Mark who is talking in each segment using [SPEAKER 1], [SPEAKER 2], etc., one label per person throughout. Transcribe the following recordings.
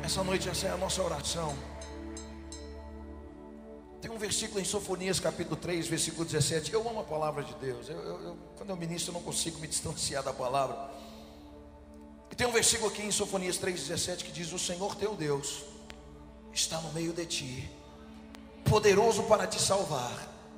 [SPEAKER 1] Essa noite essa é a nossa oração. Tem um versículo em Sofonias capítulo 3, versículo 17. Eu amo a palavra de Deus. Quando eu ministro eu não consigo me distanciar da palavra. E tem um versículo aqui em Sofonias 3,17 que diz: o Senhor teu Deus está no meio de ti, poderoso para te salvar.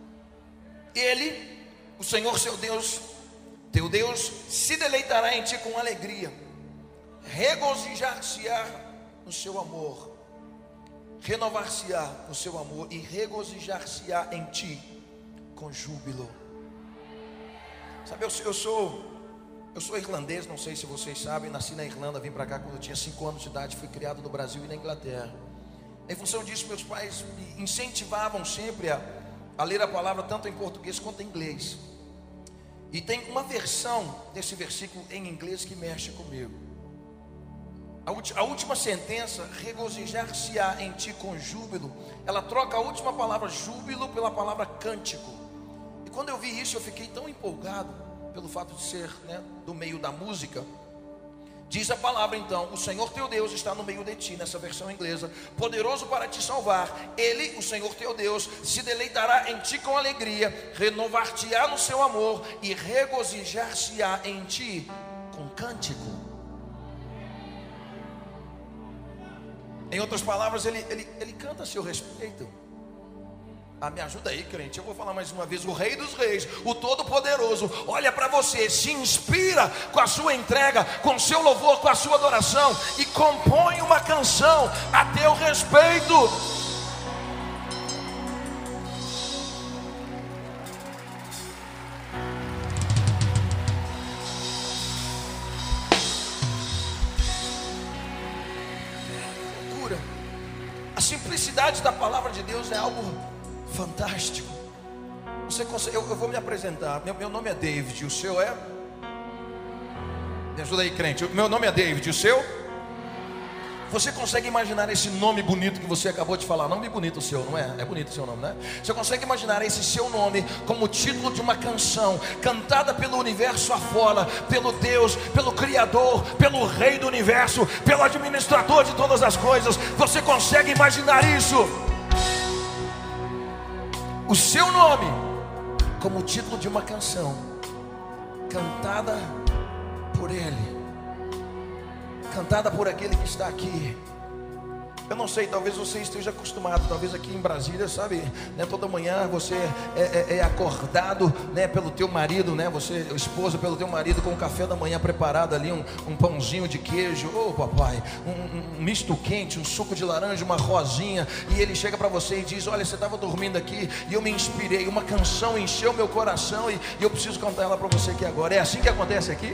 [SPEAKER 1] Ele, o Senhor seu Deus, teu Deus, se deleitará em ti com alegria, regozijar-se-á no seu amor, renovar-se-á no seu amor e regozijar-se-á em ti com júbilo. Sabe, eu sou irlandês, não sei se vocês sabem. Nasci na Irlanda, vim para cá quando eu tinha 5 anos de idade. Fui criado no Brasil e na Inglaterra. Em função disso, meus pais me incentivavam sempre a ler a palavra tanto em português quanto em inglês. E tem uma versão desse versículo em inglês que mexe comigo. A última sentença, regozijar-se-á em ti com júbilo, ela troca a última palavra júbilo pela palavra cântico. E quando eu vi isso, eu fiquei tão empolgado pelo fato de ser, do meio da música. Diz a palavra então: o Senhor teu Deus está no meio de ti, nessa versão inglesa, poderoso para te salvar. Ele, o Senhor teu Deus, se deleitará em ti com alegria, renovar-te-á no seu amor e regozijar-se-á em ti com cântico. Em outras palavras, ele canta a seu respeito. Me ajuda aí, crente. Eu vou falar mais uma vez. O Rei dos Reis, o Todo-Poderoso, olha para você, se inspira com a sua entrega, com o seu louvor, com a sua adoração, e compõe uma canção a teu respeito. A simplicidade da palavra de Deus é algo fantástico. Você consegue, eu vou me apresentar. Meu nome é David, o seu é? Me ajuda aí, crente. Meu nome é David, o seu? Você consegue imaginar esse nome bonito que você acabou de falar? Nome bonito o seu, não é? É bonito o seu nome, né? Você consegue imaginar esse seu nome como título de uma canção cantada pelo universo afora, pelo Deus, pelo Criador, pelo Rei do universo, pelo administrador de todas as coisas? Você consegue imaginar isso? O seu nome como título de uma canção cantada por Ele, cantada por aquele que está aqui. Eu não sei, talvez você esteja acostumado, talvez aqui em Brasília, sabe, toda manhã você é acordado, pelo teu marido, você, esposa, pelo teu marido, com o café da manhã preparado ali, um pãozinho de queijo, papai, um misto quente, um suco de laranja, uma rosinha, e ele chega para você e diz: olha, você estava dormindo aqui e eu me inspirei, uma canção encheu meu coração e eu preciso cantar ela para você aqui agora. É assim que acontece aqui?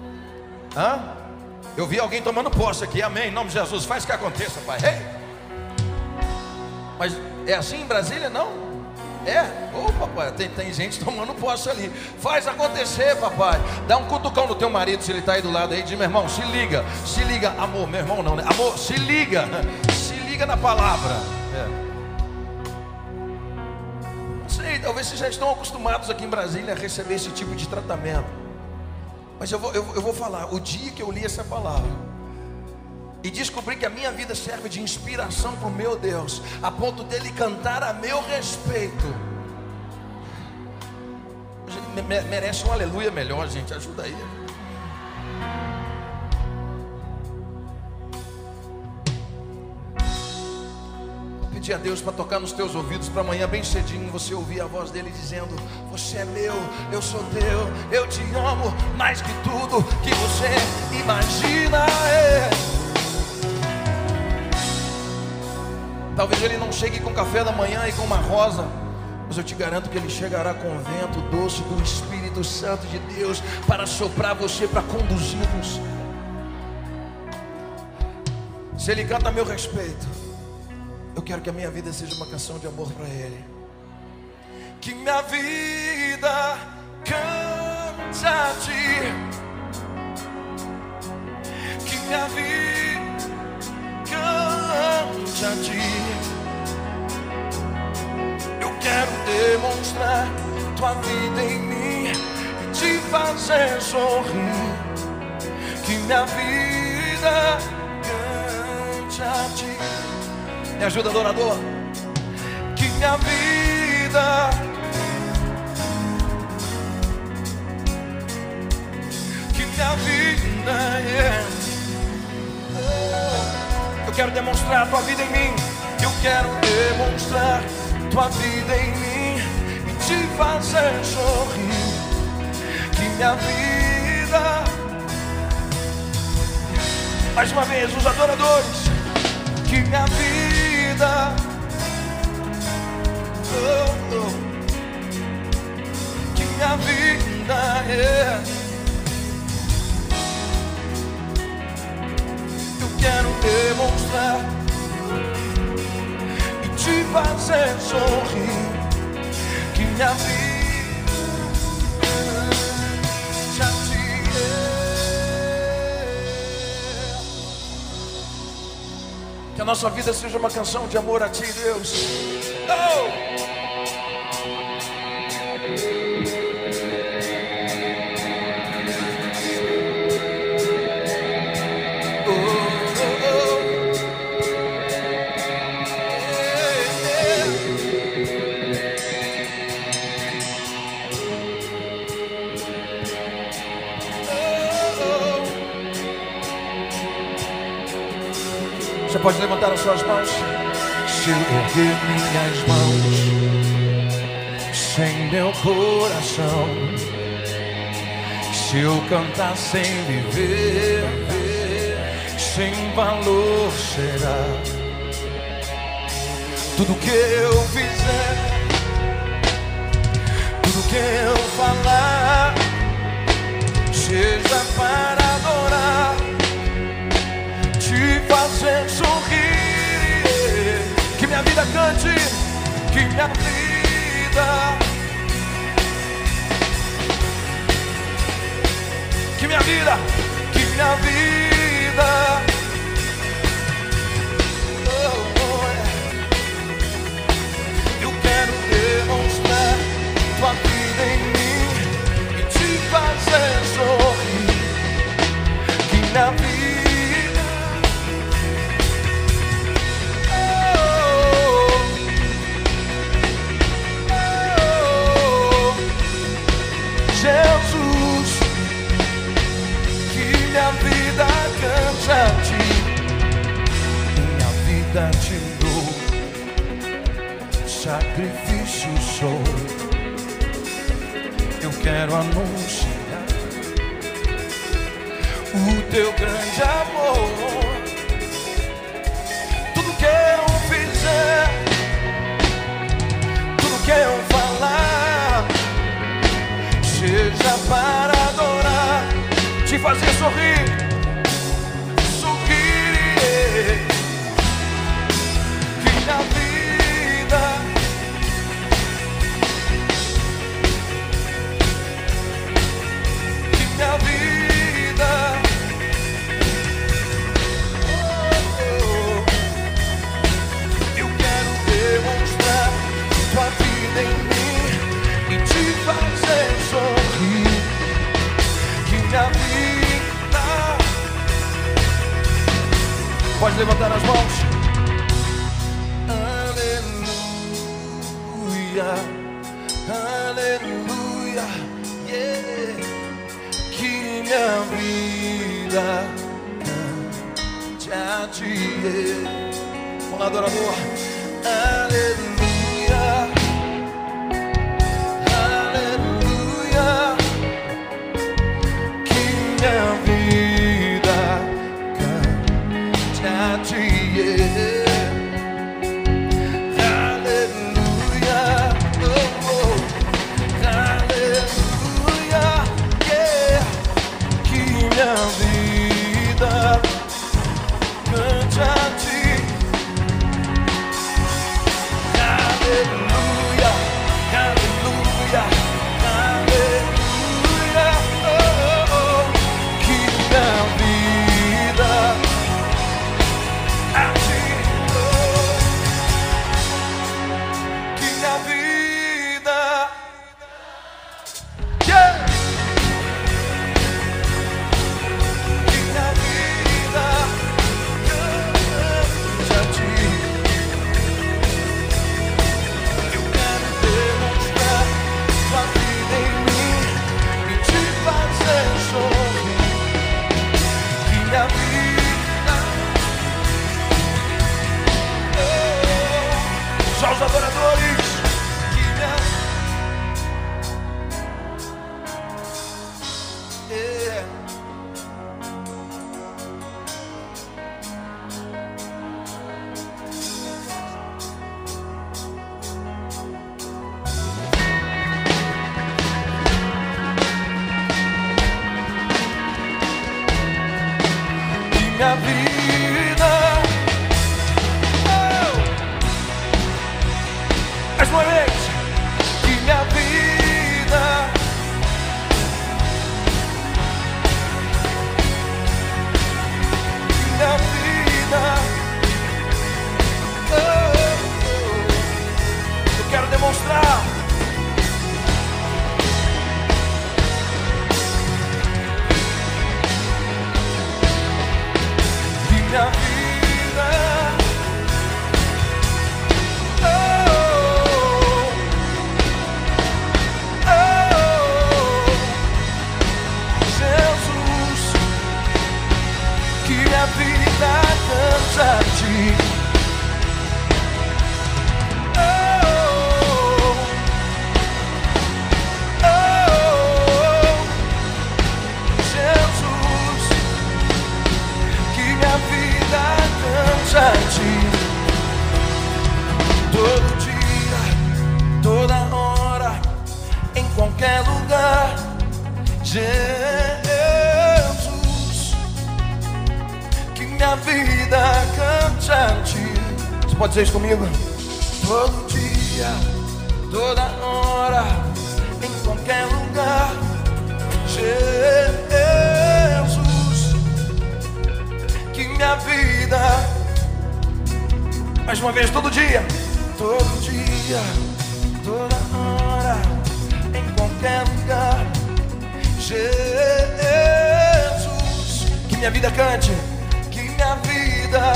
[SPEAKER 1] Eu vi alguém tomando posse aqui, amém, em nome de Jesus, faz que aconteça, pai. Hey! Mas é assim em Brasília, não? Papai, tem gente tomando posse ali. Faz acontecer, papai. Dá um cutucão no teu marido, se ele está aí do lado aí, diz: meu irmão, se liga, amor, meu irmão não, amor, se liga na palavra. Não sei, talvez vocês já estão acostumados aqui em Brasília a receber esse tipo de tratamento. Mas eu vou falar, o dia que eu li essa palavra e descobri que a minha vida serve de inspiração para o meu Deus, a ponto dele cantar a meu respeito, merece um aleluia melhor, gente, ajuda aí. Pedir a Deus para tocar nos teus ouvidos, para amanhã bem cedinho você ouvir a voz dele dizendo: você é meu, eu sou teu, eu te amo mais que tudo que você imagina. Talvez ele não chegue com café da manhã e com uma rosa, mas eu te garanto que ele chegará com o vento doce do Espírito Santo de Deus para soprar você, para conduzi-los. Se ele canta a meu respeito, eu quero que a minha vida seja uma canção de amor para Ele. Que minha vida cante a Ti. Que minha vida cante a Ti. Eu quero demonstrar Tua vida em mim e te fazer sorrir. Que minha vida cante a ti. Me ajuda, adorador. Que minha vida eu quero demonstrar a tua vida em mim. Eu quero demonstrar tua vida em mim e te fazer sorrir. Que minha vida, mais uma vez, os adoradores. Que minha vida, que minha vida eu quero demonstrar e te fazer sorrir. Que minha vida já te que a nossa vida seja uma canção de amor a ti, Deus. Você pode levantar as suas mãos. Se eu erguer minhas mãos sem meu coração, se eu cantar sem viver, sem valor será. Tudo que eu fizer, tudo que eu falar, seja para adorar, te fazer sorrir. Que minha vida cante, que minha vida, que minha vida, que minha vida, eu quero demonstrar tua vida em mim e te fazer sorrir. Que minha vida, Jesus, que minha vida cante a ti. Minha vida te dou, sacrifício sou. Eu quero anunciar o teu grande amor. Tudo que eu fizer, tudo que eu falar, seja para adorar, te fazer sorrir, sorrir. Que minha vida, que minha vida, eu quero demonstrar tua vida em mim e te fazer sorrir. Que minha vida, pode levantar as mãos. Aleluia, aleluia, yeah. Que minha vida cante a ti, yeah. Vamos lá, adorador. Aleluia, aleluia, que minha vida cante a ti, yeah. Aleluia, oh, oh. Aleluia, yeah. Que minha vida cante a ti. Aleluia, aleluia, aleluia, oh, oh, oh. Que minha vida a ti. minha vida. Jesus, que minha vida canta a ti. Jesus, que minha vida canta a ti. Todo dia, toda hora, em qualquer lugar. Jesus, que minha vida cante a ti. Você pode dizer isso comigo? Todo dia, toda hora, em qualquer lugar. Jesus, que minha vida. Mais uma vez, todo dia, toda hora, em qualquer lugar. Jesus, que minha vida cante, que minha vida.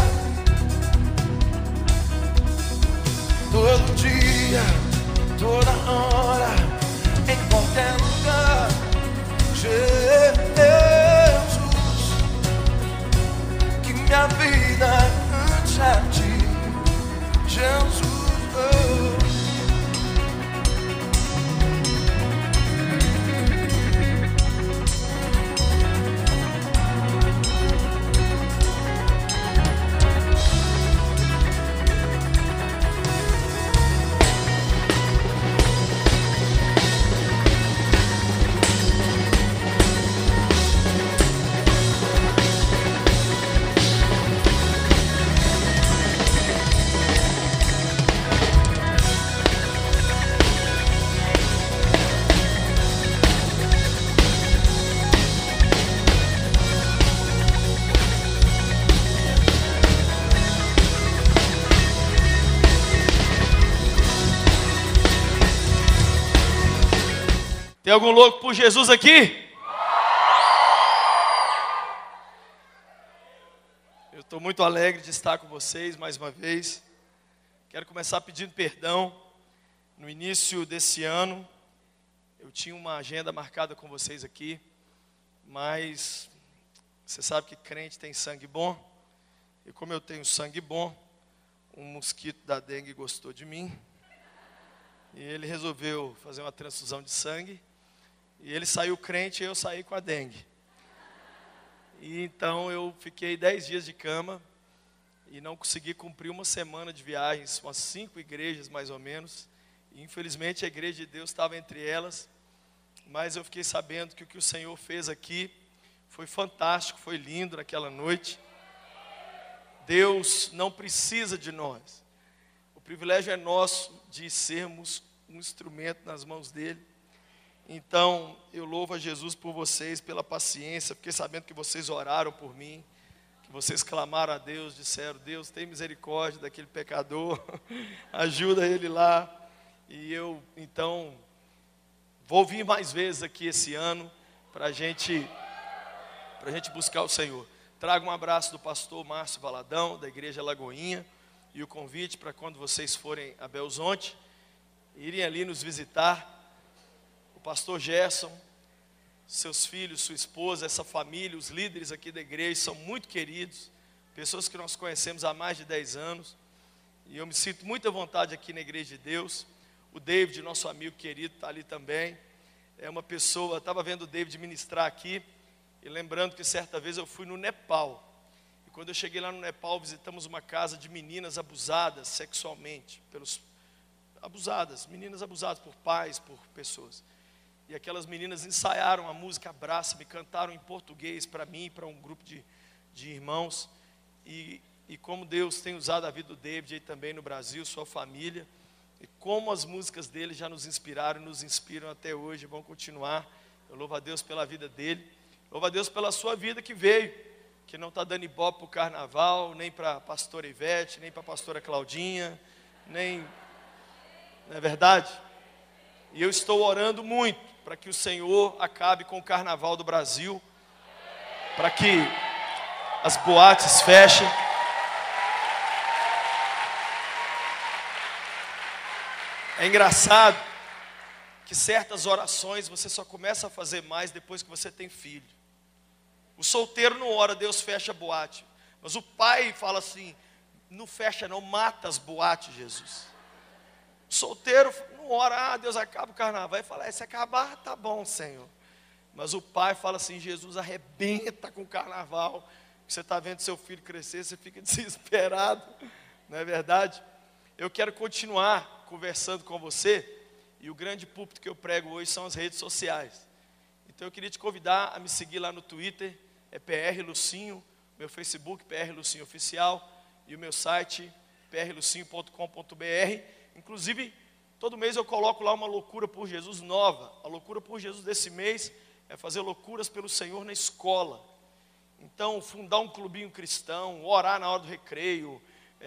[SPEAKER 1] Todo dia, toda hora, em qualquer lugar. Jesus, que minha vida cante a ti. Jesus,
[SPEAKER 2] tem algum louco por Jesus aqui? Eu estou muito alegre de estar com vocês mais uma vez. Quero começar pedindo perdão. No início desse ano, eu tinha uma agenda marcada com vocês aqui, mas você sabe que crente tem sangue bom. E como eu tenho sangue bom, um mosquito da dengue gostou de mim. E ele resolveu fazer uma transfusão de sangue. E ele saiu crente e eu saí com a dengue. E então eu fiquei 10 dias de cama e não consegui cumprir uma semana de viagens, umas 5 igrejas mais ou menos. E infelizmente a igreja de Deus estava entre elas. Mas eu fiquei sabendo que o que o Senhor fez aqui foi fantástico, foi lindo naquela noite. Deus não precisa de nós. O privilégio é nosso de sermos um instrumento nas mãos dele. Então, eu louvo a Jesus por vocês, pela paciência, fiquei sabendo que vocês oraram por mim, que vocês clamaram a Deus, disseram: Deus, tem misericórdia daquele pecador, ajuda ele lá. E eu, então, vou vir mais vezes aqui esse ano, para a gente buscar o Senhor. Trago um abraço do pastor Márcio Valadão, da igreja Lagoinha, e o convite para quando vocês forem a Belzonte, irem ali nos visitar. Pastor Gerson, seus filhos, sua esposa, essa família, os líderes aqui da igreja são muito queridos, pessoas que nós conhecemos há mais de 10 anos, e eu me sinto muito à vontade aqui na igreja de Deus. O David, nosso amigo querido, está ali também, é uma pessoa. Estava vendo o David ministrar aqui, e lembrando que certa vez eu fui no Nepal, e quando eu cheguei lá no Nepal, visitamos uma casa de meninas abusadas sexualmente, meninas abusadas por pais, por pessoas. E aquelas meninas ensaiaram a música Abraça-me, cantaram em português para mim e para um grupo de irmãos. E como Deus tem usado a vida do David aí também no Brasil, sua família. E como as músicas dele já nos inspiraram e nos inspiram até hoje, vão continuar. Eu louvo a Deus pela vida dele. Louvo a Deus pela sua vida que veio, que não está dando ibope para o carnaval, nem para a pastora Ivete, nem para a pastora Claudinha, nem... Não é verdade? E eu estou orando muito para que o Senhor acabe com o carnaval do Brasil, para que as boates fechem. É engraçado que certas orações você só começa a fazer mais depois que você tem filho. O solteiro não ora, Deus fecha a boate. Mas o pai fala assim, não fecha não, mata as boates, Jesus. O solteiro não ora, Deus acaba o carnaval. Vai falar, se acabar, tá bom, Senhor. Mas o pai fala assim, Jesus arrebenta com o carnaval. Você está vendo seu filho crescer, você fica desesperado. Não é verdade? Eu quero continuar conversando com você. E o grande púlpito que eu prego hoje são as redes sociais. Então eu queria te convidar a me seguir lá no Twitter. É PR Lucinho, meu Facebook, PR Lucinho Oficial. E o meu site, prlucinho.com.br. Inclusive, todo mês eu coloco lá uma loucura por Jesus nova. A loucura por Jesus desse mês é fazer loucuras pelo Senhor na escola. Então, fundar um clubinho cristão, orar na hora do recreio.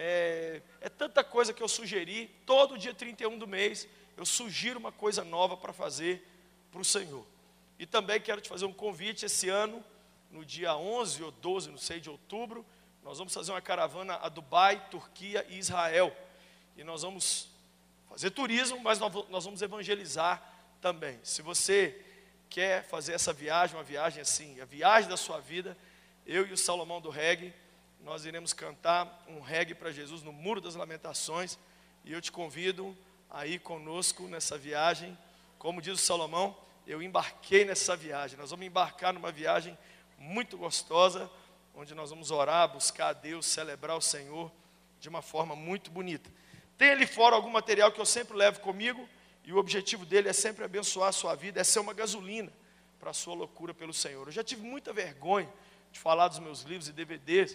[SPEAKER 2] É tanta coisa que eu sugeri. Todo dia 31 do mês, eu sugiro uma coisa nova para fazer para o Senhor. E também quero te fazer um convite esse ano, no dia 11 ou 12, não sei, de outubro, nós vamos fazer uma caravana a Dubai, Turquia e Israel. E nós vamos fazer turismo, mas nós vamos evangelizar também. Se você quer fazer essa viagem, uma viagem assim, a viagem da sua vida, eu e o Salomão do Reggae, nós iremos cantar um reggae para Jesus no Muro das Lamentações. E eu te convido a ir conosco nessa viagem. Como diz o Salomão, eu embarquei nessa viagem. Nós vamos embarcar numa viagem muito gostosa, onde nós vamos orar, buscar a Deus, celebrar o Senhor de uma forma muito bonita. Tem ali fora algum material que eu sempre levo comigo, e o objetivo dele é sempre abençoar a sua vida, é ser uma gasolina para a sua loucura pelo Senhor. Eu já tive muita vergonha de falar dos meus livros e DVDs,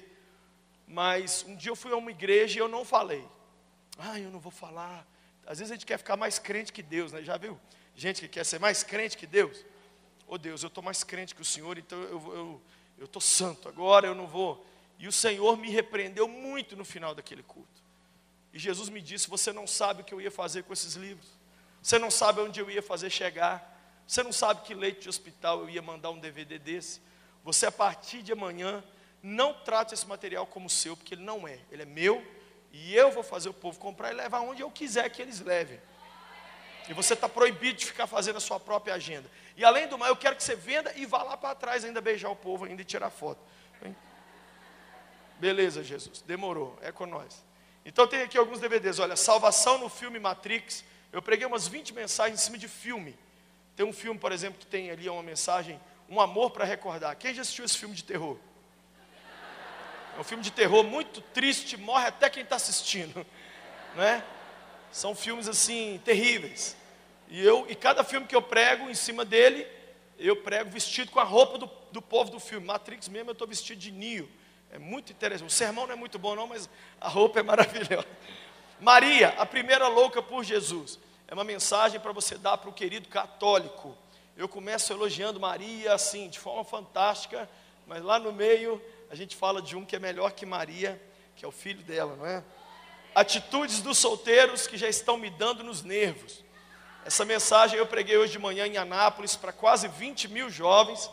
[SPEAKER 2] mas um dia eu fui a uma igreja e eu não falei. Eu não vou falar. Às vezes a gente quer ficar mais crente que Deus, né? Já viu gente que quer ser mais crente que Deus? Deus, eu estou mais crente que o Senhor, então eu estou santo, agora eu não vou. E o Senhor me repreendeu muito no final daquele culto. E Jesus me disse, você não sabe o que eu ia fazer com esses livros. Você não sabe onde eu ia fazer chegar. Você não sabe que leito de hospital eu ia mandar um DVD desse. Você, a partir de amanhã, não trata esse material como seu, porque ele não é. Ele é meu, e eu vou fazer o povo comprar e levar onde eu quiser que eles levem. E você está proibido de ficar fazendo a sua própria agenda. E além do mais, eu quero que você venda e vá lá para trás ainda beijar o povo ainda e tirar foto. Hein? Beleza, Jesus, demorou, é com nós. Então tem aqui alguns DVDs, olha, Salvação no filme Matrix. Eu preguei umas 20 mensagens em cima de filme. Tem um filme, por exemplo, que tem ali uma mensagem, Um Amor para Recordar. Quem já assistiu esse filme de terror? É um filme de terror muito triste, morre até quem está assistindo, né? São filmes assim, terríveis. E cada filme que eu prego em cima dele, eu prego vestido com a roupa do povo do filme. Matrix mesmo, eu estou vestido de Neo. É muito interessante. O sermão não é muito bom não, mas a roupa é maravilhosa. Maria, a primeira louca por Jesus. É uma mensagem para você dar para o querido católico. Eu começo elogiando Maria assim, de forma fantástica, mas lá no meio a gente fala de um que é melhor que Maria, que é o filho dela, não é? Atitudes dos solteiros que já estão me dando nos nervos. Essa mensagem eu preguei hoje de manhã em Anápolis para quase 20 mil jovens.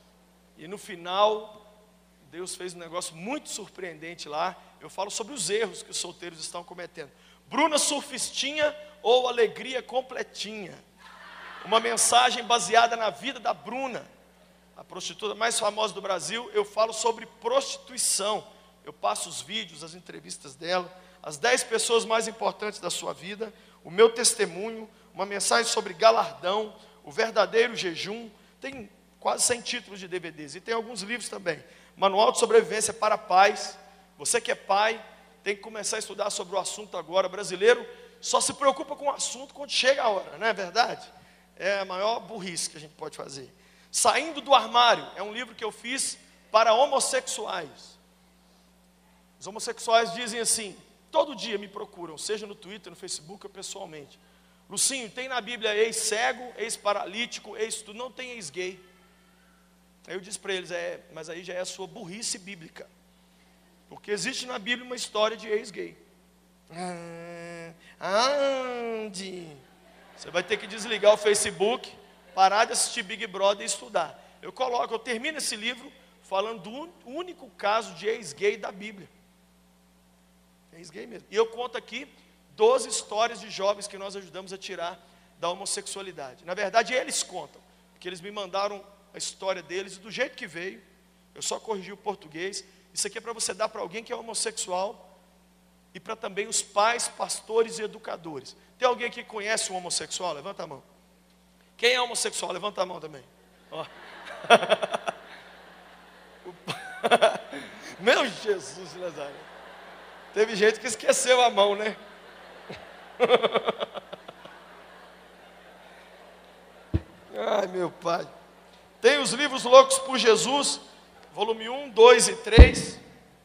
[SPEAKER 2] E no final, Deus fez um negócio muito surpreendente lá. Eu falo sobre os erros que os solteiros estão cometendo. Bruna surfistinha ou alegria completinha? Uma mensagem baseada na vida da Bruna, a prostituta mais famosa do Brasil. Eu falo sobre prostituição. Eu passo os vídeos, as entrevistas dela, as 10 pessoas mais importantes da sua vida, o meu testemunho, uma mensagem sobre galardão, o verdadeiro jejum. Tem quase 100 títulos de DVDs. E tem alguns livros também. Manual de sobrevivência para pais. Você que é pai, tem que começar a estudar sobre o assunto agora. Brasileiro só se preocupa com o assunto quando chega a hora, não é verdade? É a maior burrice que a gente pode fazer. Saindo do armário, é um livro que eu fiz para homossexuais. Os homossexuais dizem assim, todo dia me procuram, seja no Twitter, no Facebook ou pessoalmente. Lucinho, tem na Bíblia ex-cego, ex-paralítico, ex-tudo, não tem ex-gay. Aí eu disse para eles, mas aí já é a sua burrice bíblica. Porque existe na Bíblia uma história de ex-gay. Você vai ter que desligar o Facebook, parar de assistir Big Brother e estudar. Eu termino esse livro falando do único caso de ex-gay da Bíblia. Ex-gay mesmo. E eu conto aqui 12 histórias de jovens que nós ajudamos a tirar da homossexualidade. Na verdade, eles contam, porque eles me mandaram a história deles, e do jeito que veio, eu só corrigi o português. Isso aqui é para você dar para alguém que é homossexual, e para também os pais, pastores e educadores. Tem alguém aqui que conhece um homossexual? Levanta a mão. Quem é homossexual? Levanta a mão também. Ó. Meu Jesus de Nazaré. Teve gente que esqueceu a mão, né? Ai, meu pai. Tem os livros Loucos por Jesus, volume 1, 2 e 3.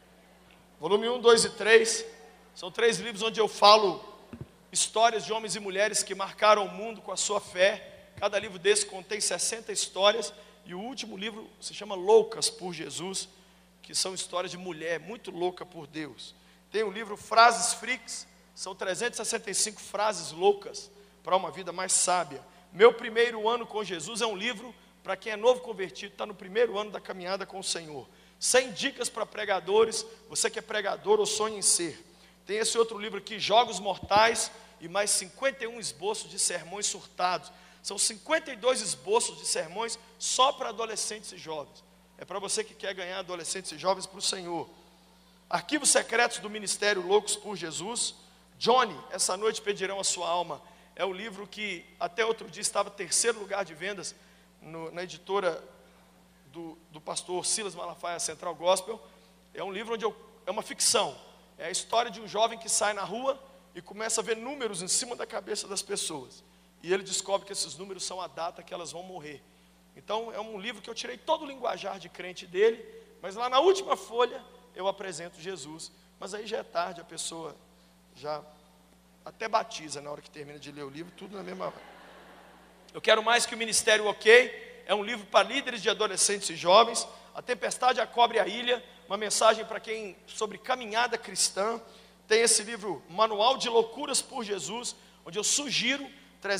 [SPEAKER 2] Volume 1, 2 e 3. São 3 livros onde eu falo histórias de homens e mulheres que marcaram o mundo com a sua fé. Cada livro desse contém 60 histórias. E o último livro se chama Loucas por Jesus, que são histórias de mulher muito louca por Deus. Tem o livro Frases Freaks, são 365 frases loucas para uma vida mais sábia. Meu primeiro ano com Jesus é um livro para quem é novo convertido, está no primeiro ano da caminhada com o Senhor. 100 dicas para pregadores, você que é pregador ou sonha em ser. Tem esse outro livro aqui, Jogos Mortais, e mais 51 esboços de sermões surtados. São 52 esboços de sermões só para adolescentes e jovens. É para você que quer ganhar adolescentes e jovens para o Senhor. Arquivos Secretos do Ministério Loucos por Jesus. Johnny, essa noite pedirão a sua alma. É o livro que até outro dia estava em terceiro lugar de vendas na editora do pastor Silas Malafaia, Central Gospel. É um livro onde é uma ficção. É a história de um jovem que sai na rua e começa a ver números em cima da cabeça das pessoas. E ele descobre que esses números são a data que elas vão morrer. Então é um livro que eu tirei todo o linguajar de crente dele, mas lá na última folha eu apresento Jesus. Mas aí já é tarde, a pessoa já até batiza na hora que termina de ler o livro, tudo na mesma hora. Eu quero mais que o Ministério OK. É um livro para líderes de adolescentes e jovens. A Tempestade, a Cobra e a Ilha, uma mensagem para quem sobre caminhada cristã. Tem esse livro, Manual de Loucuras por Jesus, onde eu sugiro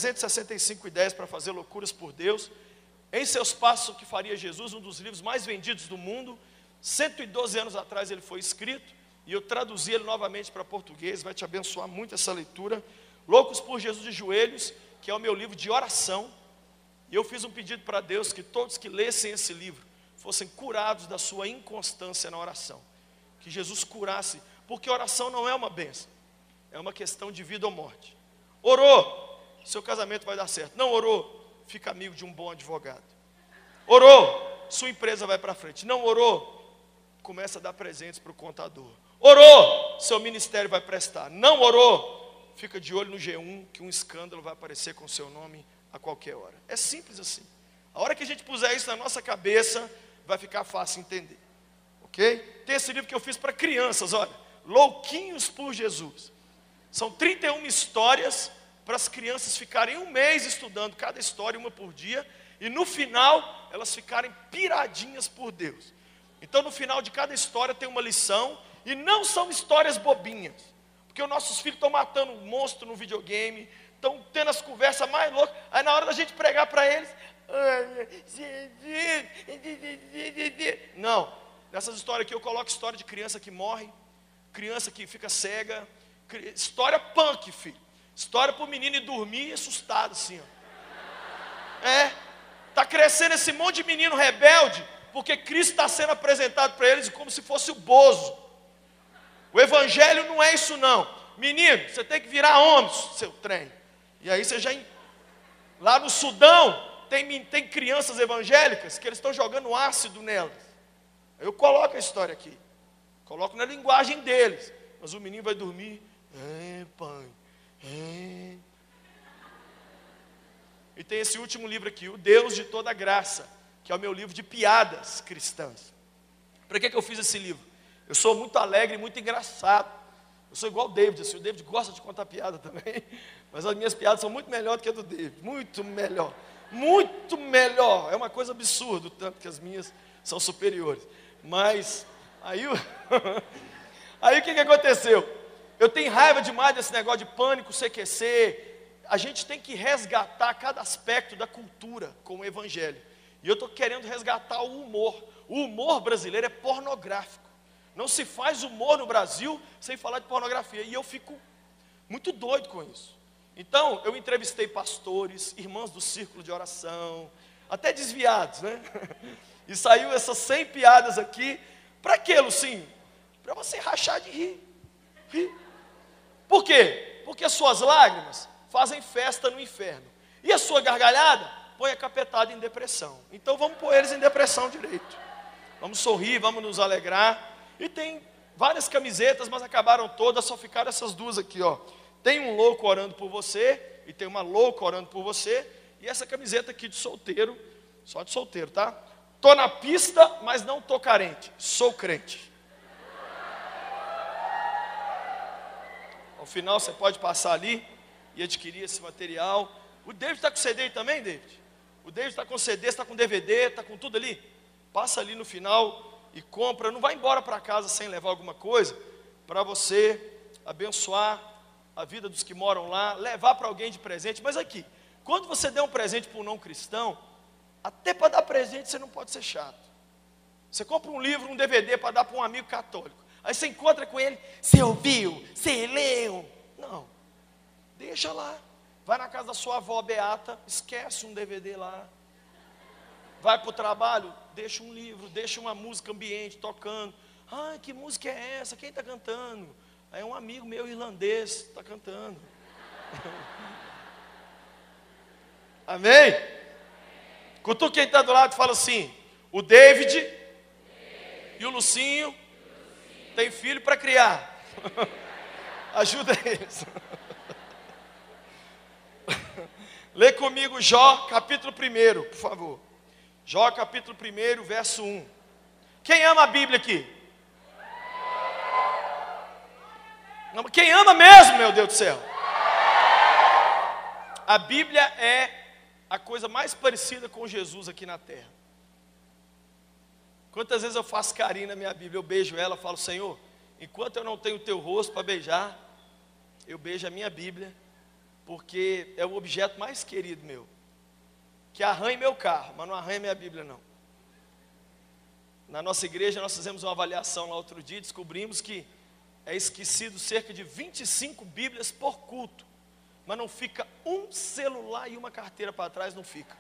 [SPEAKER 2] 365 ideias para fazer loucuras por Deus. Em Seus Passos, o que faria Jesus, um dos livros mais vendidos do mundo. 112 anos atrás ele foi escrito, e eu traduzi ele novamente para português. Vai te abençoar muito essa leitura. Loucos por Jesus de Joelhos, que é o meu livro de oração. E eu fiz um pedido para Deus que todos que lessem esse livro fossem curados da sua inconstância na oração. Que Jesus curasse, porque oração não é uma bênção, é uma questão de vida ou morte. Orou, seu casamento vai dar certo. Não orou, fica amigo de um bom advogado. Orou, sua empresa vai para frente. Não orou, começa a dar presentes para o contador. Orou, seu ministério vai prestar. Não orou, fica de olho no G1, que um escândalo vai aparecer com seu nome a qualquer hora. É simples assim. A hora que a gente puser isso na nossa cabeça, vai ficar fácil entender. Ok? Tem esse livro que eu fiz para crianças, olha, Louquinhos por Jesus. São 31 histórias para as crianças ficarem um mês estudando cada história, uma por dia, e no final elas ficarem piradinhas por Deus. Então no final de cada história tem uma lição, e não são histórias bobinhas, porque os nossos filhos estão matando um monstro no videogame, estão tendo as conversas mais loucas. Aí na hora da gente pregar para eles, não, nessas histórias aqui eu coloco história de criança que morre, criança que fica cega, história punk, filho, história para o menino ir dormir assustado assim, ó. Está crescendo esse monte de menino rebelde, porque Cristo está sendo apresentado para eles como se fosse o Bozo. O evangelho não é isso não. Menino, você tem que virar homem, seu trem. E aí você já... Lá no Sudão, tem crianças evangélicas que eles estão jogando ácido nelas. Eu coloco a história aqui. Coloco na linguagem deles. Mas o menino vai dormir. Pai. E tem esse último livro aqui, O Deus de Toda Graça, que é o meu livro de piadas cristãs. Para que eu fiz esse livro? Eu sou muito alegre e muito engraçado. Eu sou igual o David, assim, o David gosta de contar piada também, mas as minhas piadas são muito melhores do que a do David, muito melhor, é uma coisa absurda, tanto que as minhas são superiores. Mas, aí o que aconteceu? Eu tenho raiva demais desse negócio de pânico, CQC, a gente tem que resgatar cada aspecto da cultura com o evangelho, e eu estou querendo resgatar o humor. O humor brasileiro é pornográfico. Não se faz humor no Brasil sem falar de pornografia. E eu fico muito doido com isso. Então, eu entrevistei pastores, irmãos do círculo de oração, até desviados, né? E saiu essas 100 piadas aqui. Para quê, Lucinho? Para você rachar de rir. Por quê? Porque as suas lágrimas fazem festa no inferno. E a sua gargalhada põe a capetada em depressão. Então vamos pôr eles em depressão direito. Vamos sorrir, vamos nos alegrar. E tem várias camisetas, mas acabaram todas, só ficaram essas duas aqui, ó. Tem um louco orando por você, e tem uma louca orando por você, e essa camiseta aqui de solteiro, só de solteiro, tá? Tô na pista, mas não tô carente, sou crente. Ao final você pode passar ali e adquirir esse material. O David está com CD aí também, David? O David está com CD, está com DVD, está com tudo ali? Passa ali no final e compra. Não vai embora para casa sem levar alguma coisa, para você abençoar a vida dos que moram lá, levar para alguém de presente. Mas aqui, quando você der um presente para um não cristão, até para dar presente você não pode ser chato. Você compra um livro, um DVD para dar para um amigo católico. Aí você encontra com ele, você ouviu? Você leu? Não, deixa lá. Vai na casa da sua avó beata, esquece um DVD lá. Vai para o trabalho, deixa um livro, deixa uma música ambiente tocando. Ai, que música é essa? Quem está cantando? Aí um amigo meu irlandês está cantando. Amém? Cutuca quem está do lado e fala assim: o David e o Lucinho têm filho para criar. Ajuda eles. Lê comigo Jó, capítulo 1, por favor. Jó, capítulo 1, verso 1. Quem ama a Bíblia aqui? Quem ama mesmo, meu Deus do céu? A Bíblia é a coisa mais parecida com Jesus aqui na terra. Quantas vezes eu faço carinho na minha Bíblia, eu beijo ela, falo: Senhor, enquanto eu não tenho o teu rosto para beijar, eu beijo a minha Bíblia, porque é o objeto mais querido meu, que arranha meu carro, mas não arranha minha Bíblia não. Na nossa igreja nós fizemos uma avaliação lá outro dia, descobrimos que é esquecido cerca de 25 Bíblias por culto, mas não fica um celular e uma carteira para trás, não fica.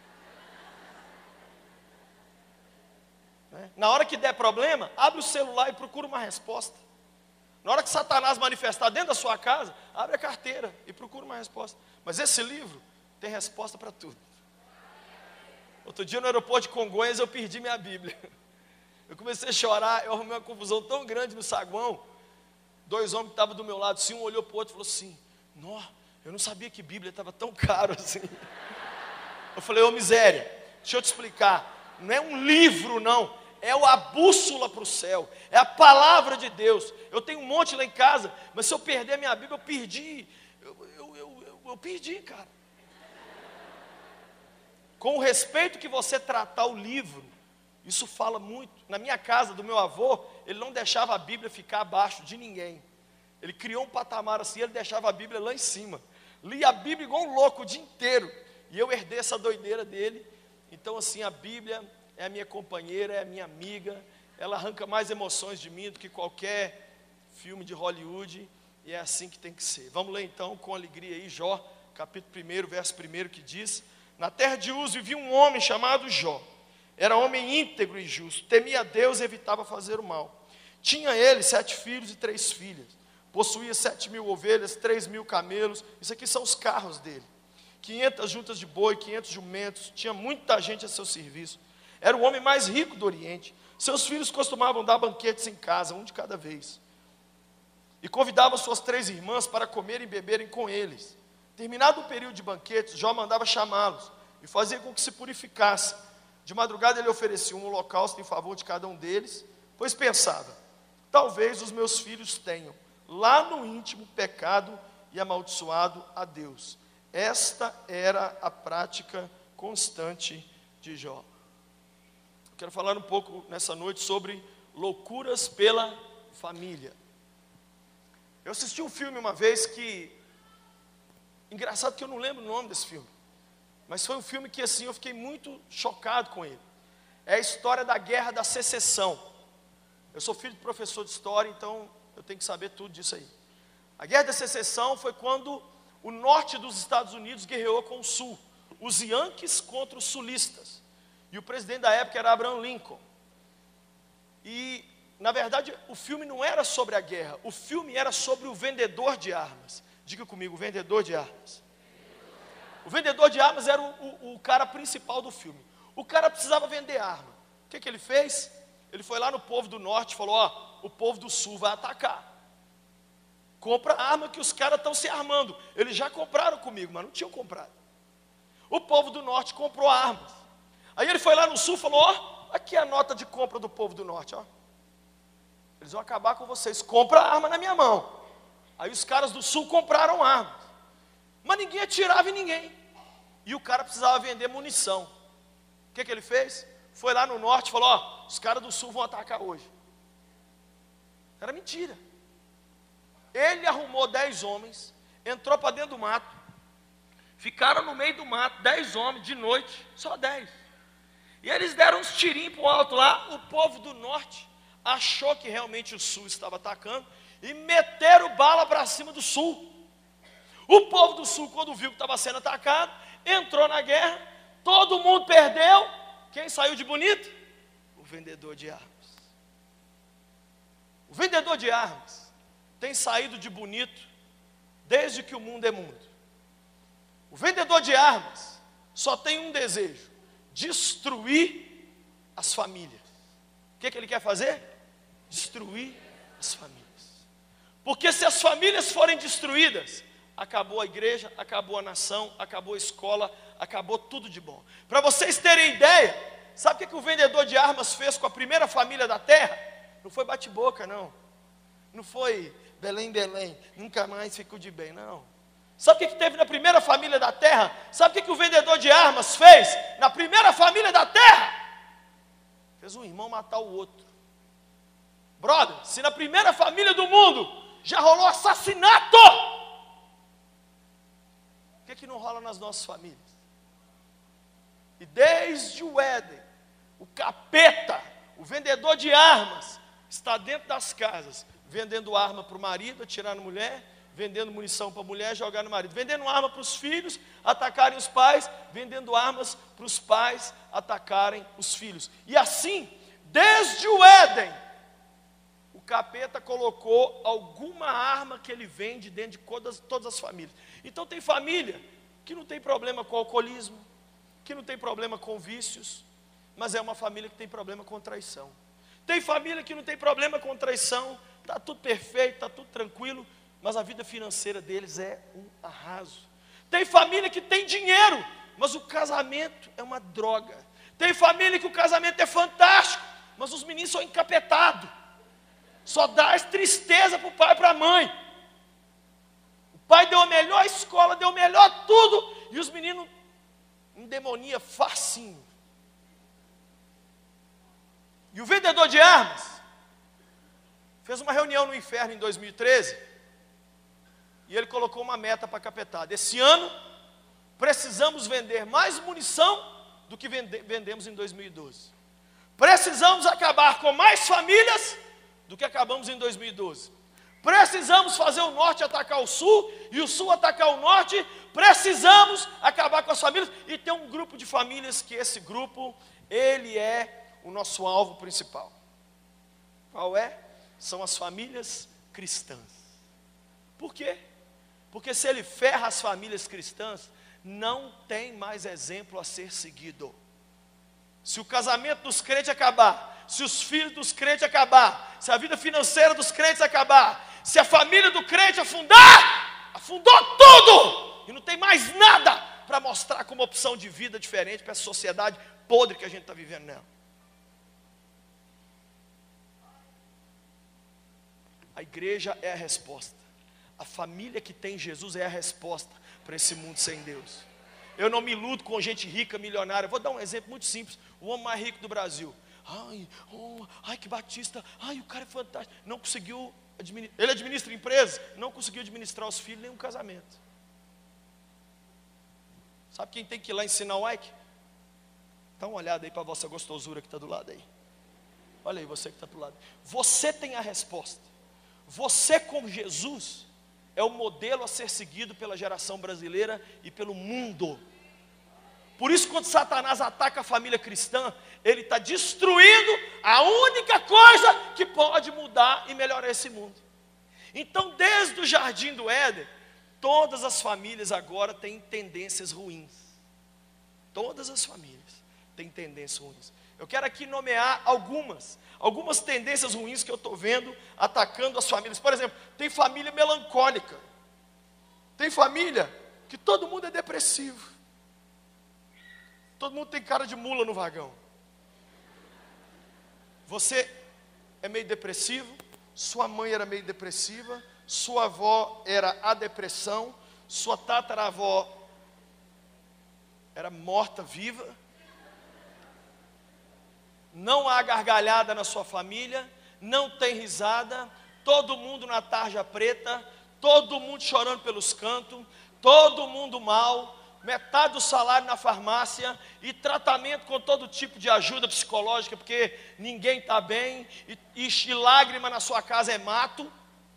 [SPEAKER 2] Na hora que der problema, abre o celular e procura uma resposta. Na hora que Satanás manifestar dentro da sua casa, abre a carteira e procura uma resposta. Mas esse livro tem resposta para tudo. Outro dia no aeroporto de Congonhas eu perdi minha Bíblia. Eu comecei a chorar, eu arrumei uma confusão tão grande no saguão. 2 homens que estavam do meu lado, assim, um olhou para o outro e falou assim: nó, eu não sabia que Bíblia estava tão caro assim. Eu falei: ô miséria, deixa eu te explicar, não é um livro não, é a bússola para o céu, é a palavra de Deus. Eu tenho um monte lá em casa, mas se eu perder a minha Bíblia, eu perdi, eu perdi, cara. Com o respeito que você tratar o livro, isso fala muito. Na minha casa, do meu avô, ele não deixava a Bíblia ficar abaixo de ninguém. Ele criou um patamar assim, ele deixava a Bíblia lá em cima. Lia a Bíblia igual um louco o dia inteiro. E eu herdei essa doideira dele. Então assim, a Bíblia é a minha companheira, é a minha amiga. Ela arranca mais emoções de mim do que qualquer filme de Hollywood. E é assim que tem que ser. Vamos ler então com alegria aí, Jó, capítulo 1, verso 1, que diz: na terra de Uz vivia um homem chamado Jó. Era homem íntegro e justo, temia a Deus e evitava fazer o mal. Tinha ele 7 filhos e 3 filhas. Possuía 7.000 ovelhas, 3.000 camelos. Isso aqui são os carros dele. 500 juntas de boi, 500 jumentos. Tinha muita gente a seu serviço. Era o homem mais rico do Oriente. Seus filhos costumavam dar banquetes em casa, um de cada vez. E convidava suas 3 irmãs para comerem e beberem com eles. Terminado o período de banquetes, Jó mandava chamá-los e fazia com que se purificassem. De madrugada ele oferecia um holocausto em favor de cada um deles, pois pensava: talvez os meus filhos tenham lá no íntimo pecado e amaldiçoado a Deus. Esta era a prática constante de Jó. Eu quero falar um pouco nessa noite sobre loucuras pela família. Eu assisti um filme uma vez que, engraçado que eu não lembro o nome desse filme, mas foi um filme que assim eu fiquei muito chocado com ele. é a história da Guerra da Secessão. Eu sou filho de professor de história, então eu tenho que saber tudo disso aí. A Guerra da Secessão foi quando o norte dos Estados Unidos guerreou com o sul, os Yankees contra os sulistas. E o presidente da época era Abraham Lincoln. E, na verdade, o filme não era sobre a guerra, o filme era sobre o vendedor de armas. Diga comigo, o vendedor de armas. O vendedor de armas era o cara principal do filme. O cara precisava vender arma. O que ele fez? Ele foi lá no povo do norte e falou: ó, o povo do sul vai atacar. Compra a arma que os caras estão se armando. Eles já compraram comigo, mas não tinham comprado. O povo do norte comprou armas. Aí ele foi lá no sul e falou: ó, aqui é a nota de compra do povo do norte, ó. Eles vão acabar com vocês. Compra a arma na minha mão. Aí os caras do sul compraram armas. Mas ninguém atirava em ninguém. E o cara precisava vender munição. O que ele fez? Foi lá no norte e falou: ó, os caras do sul vão atacar hoje. Era mentira. Ele arrumou 10 homens, entrou para dentro do mato, ficaram no meio do mato, 10 homens, de noite, só 10. E eles deram uns tirinhos para o alto lá. O povo do norte achou que realmente o sul estava atacando e meteram bala para cima do sul. O povo do sul, quando viu que estava sendo atacado, entrou na guerra, todo mundo perdeu. Quem saiu de bonito? O vendedor de armas. O vendedor de armas tem saído de bonito desde que o mundo é mundo. O vendedor de armas só tem um desejo: destruir as famílias. O que ele quer fazer? Destruir as famílias. Porque se as famílias forem destruídas, acabou a igreja, acabou a nação, acabou a escola, acabou tudo de bom. Para vocês terem ideia, sabe o que o vendedor de armas fez com a primeira família da terra? Não foi bate-boca, não. Não foi Belém, Belém, nunca mais ficou de bem, não. Sabe o que teve na primeira família da terra? Sabe o que o vendedor de armas fez na primeira família da terra? Fez um irmão matar o outro. Brother, se na primeira família do mundo já rolou assassinato, o que não rola nas nossas famílias? E desde o Éden, o capeta, o vendedor de armas, está dentro das casas, vendendo arma para o marido, atirando mulher, vendendo munição para a mulher, jogar no marido, vendendo arma para os filhos, atacarem os pais, vendendo armas para os pais, atacarem os filhos. E assim, desde o Éden, o capeta colocou alguma arma que ele vende dentro de todas as famílias. Então tem família que não tem problema com alcoolismo, que não tem problema com vícios, mas é uma família que tem problema com traição. Tem família que não tem problema com traição, está tudo perfeito, está tudo tranquilo, mas a vida financeira deles é um arraso. Tem família que tem dinheiro, mas o casamento é uma droga. Tem família que o casamento é fantástico, mas os meninos são encapetados. Só dá tristeza para o pai e para a mãe. O pai deu a melhor escola, deu o melhor tudo, e os meninos endemoniam facinho. E o vendedor de armas fez uma reunião no inferno em 2013, e ele colocou uma meta para a capetada: esse ano precisamos vender mais munição do que vendemos em 2012. Precisamos acabar com mais famílias do que acabamos em 2012. Precisamos fazer o norte atacar o sul e o sul atacar o norte. Precisamos acabar com as famílias. E tem um grupo de famílias que esse grupo, ele é o nosso alvo principal. Qual é? São as famílias cristãs. Por quê? Porque se ele ferra as famílias cristãs, não tem mais exemplo a ser seguido. Se o casamento dos crentes acabar, se os filhos dos crentes acabar, se a vida financeira dos crentes acabar, se a família do crente afundar, afundou tudo, e não tem mais nada para mostrar como opção de vida diferente para essa sociedade podre que a gente está vivendo nela. A igreja é a resposta. A família que tem Jesus é a resposta para esse mundo sem Deus. Eu não me iludo com gente rica, milionária. Vou dar um exemplo muito simples. O homem mais rico do Brasil. Ai, que Batista. Ai, o cara é fantástico. Não conseguiu administrar. Ele administra empresas. Não conseguiu administrar os filhos nem um casamento. Sabe quem tem que ir lá ensinar o Ike? Dá uma olhada aí para a vossa gostosura que está do lado aí. Olha aí, você que está do lado. Você tem a resposta. Você com Jesus é o modelo a ser seguido pela geração brasileira e pelo mundo. Por isso, quando Satanás ataca a família cristã, ele está destruindo a única coisa que pode mudar e melhorar esse mundo. Então, desde o jardim do Éden, todas as famílias agora têm tendências ruins. Todas as famílias têm tendências ruins. Eu quero aqui nomear algumas tendências ruins que eu estou vendo atacando as famílias. Por exemplo, tem família melancólica. Tem família que todo mundo é depressivo. Todo mundo tem cara de mula no vagão. Você é meio depressivo, sua mãe era meio depressiva, sua avó era a depressão, sua tataravó era morta-viva. Não há gargalhada na sua família, não tem risada, todo mundo na tarja preta, todo mundo chorando pelos cantos, todo mundo mal, metade do salário na farmácia e tratamento com todo tipo de ajuda psicológica, porque ninguém está bem, e lágrima na sua casa é mato.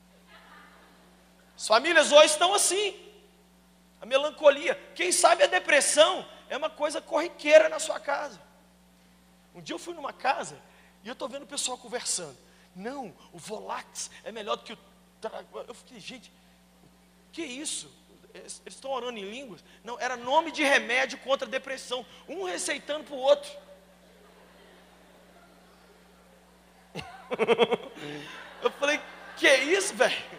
[SPEAKER 2] As famílias hoje estão assim, a melancolia, quem sabe a depressão é uma coisa corriqueira na sua casa. Um dia eu fui numa casa e eu estou vendo o pessoal conversando. Não, o Volax é melhor do que o... Eu fiquei, gente, que isso? Eles estão orando em línguas? Não, era nome de remédio contra a depressão. Um receitando para o outro. Eu falei, que isso, velho?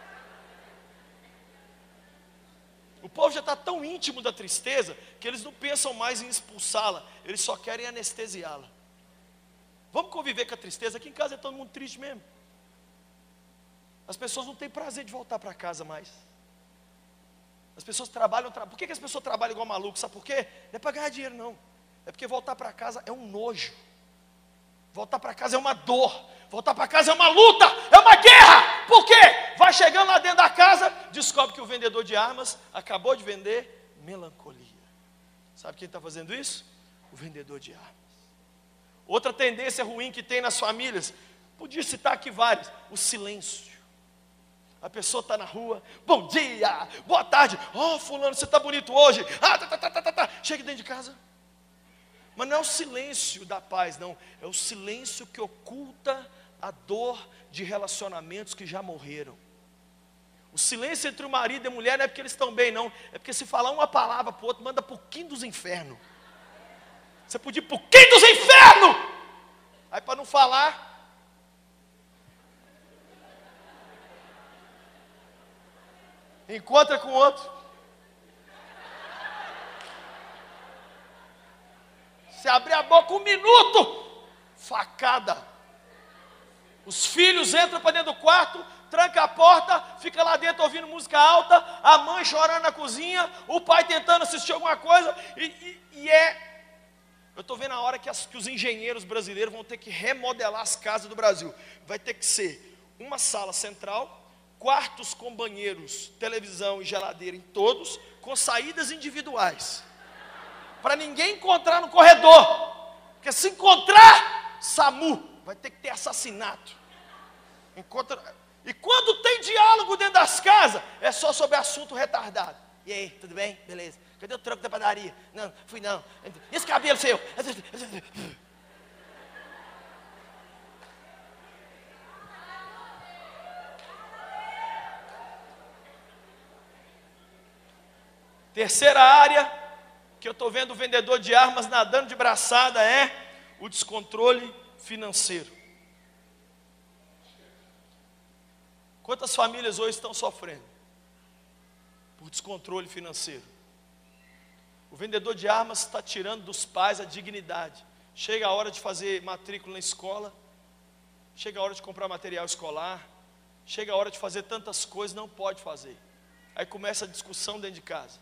[SPEAKER 2] O povo já está tão íntimo da tristeza que eles não pensam mais em expulsá-la, eles só querem anestesiá-la. Vamos conviver com a tristeza? Aqui em casa é todo mundo triste mesmo. As pessoas não têm prazer de voltar para casa mais. As pessoas trabalham. Por que as pessoas trabalham igual maluco? Sabe por quê? Não é para ganhar dinheiro, não. É porque voltar para casa é um nojo. Voltar para casa é uma dor. Voltar para casa é uma luta, é uma guerra. Por quê? Vai chegando lá dentro da casa, descobre que o vendedor de armas acabou de vender melancolia. Sabe quem está fazendo isso? O vendedor de armas. Outra tendência ruim que tem nas famílias, podia citar aqui várias, o silêncio. A pessoa está na rua, bom dia, boa tarde, fulano, você está bonito hoje, chega dentro de casa. Mas não é o silêncio da paz, não, é o silêncio que oculta a dor de relacionamentos que já morreram. O silêncio entre o marido e a mulher não é porque eles estão bem, não, é porque se falar uma palavra para o outro, manda para o quinto dos infernos. Você podia ir para o quinto dos infernos, aí para não falar... encontra com o outro. Se abrir a boca 1 minuto, facada. Os filhos entram para dentro do quarto, tranca a porta, fica lá dentro ouvindo música alta, a mãe chorando na cozinha, o pai tentando assistir alguma coisa, eu estou vendo a hora que os engenheiros brasileiros vão ter que remodelar as casas do Brasil. Vai ter que ser uma sala central, quartos com banheiros, televisão e geladeira em todos, com saídas individuais, para ninguém encontrar no corredor, porque se encontrar, SAMU, vai ter que ter assassinato. E quando tem diálogo dentro das casas, é só sobre assunto retardado. E aí, tudo bem? Beleza. Cadê o troco da padaria? Não, fui não. E esse cabelo seu? Terceira área que eu estou vendo o vendedor de armas nadando de braçada é o descontrole financeiro. Quantas famílias hoje estão sofrendo por descontrole financeiro? O vendedor de armas está tirando dos pais a dignidade. Chega a hora de fazer matrícula na escola, chega a hora de comprar material escolar, chega a hora de fazer tantas coisas, não pode fazer. Aí começa a discussão dentro de casa.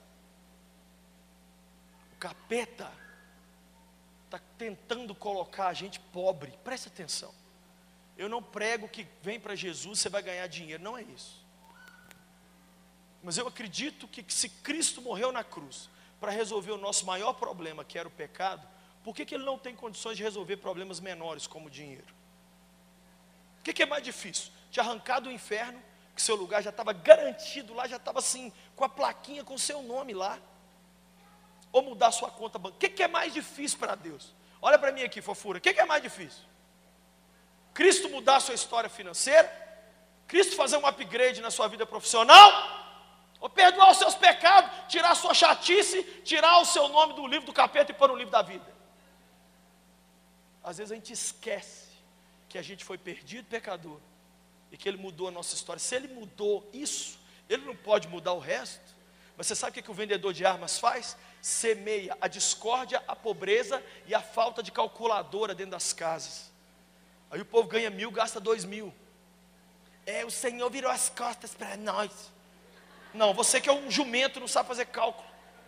[SPEAKER 2] O capeta está tentando colocar a gente pobre. Presta atenção. Eu não prego que vem para Jesus, você vai ganhar dinheiro. Não é isso. Mas eu acredito que se Cristo morreu na cruz para resolver o nosso maior problema, que era o pecado, por que ele não tem condições de resolver problemas menores como dinheiro? O que é mais difícil? Te arrancar do inferno, que seu lugar já estava garantido lá, já estava assim, com a plaquinha com seu nome lá, ou mudar sua conta bancária? O que é mais difícil para Deus? Olha para mim aqui, fofura, o que é mais difícil? Cristo mudar a sua história financeira? Cristo fazer um upgrade na sua vida profissional? Ou perdoar os seus pecados, tirar a sua chatice, tirar o seu nome do livro do capeta e pôr no livro da vida? Às vezes a gente esquece que a gente foi perdido pecador e que Ele mudou a nossa história. Se Ele mudou isso, Ele não pode mudar o resto. Mas você sabe o que o vendedor de armas faz? Semeia a discórdia, a pobreza e a falta de calculadora dentro das casas. Aí o povo ganha 1.000, gasta 2.000. O Senhor virou as costas para nós. Não, você que é um jumento, não sabe fazer cálculo.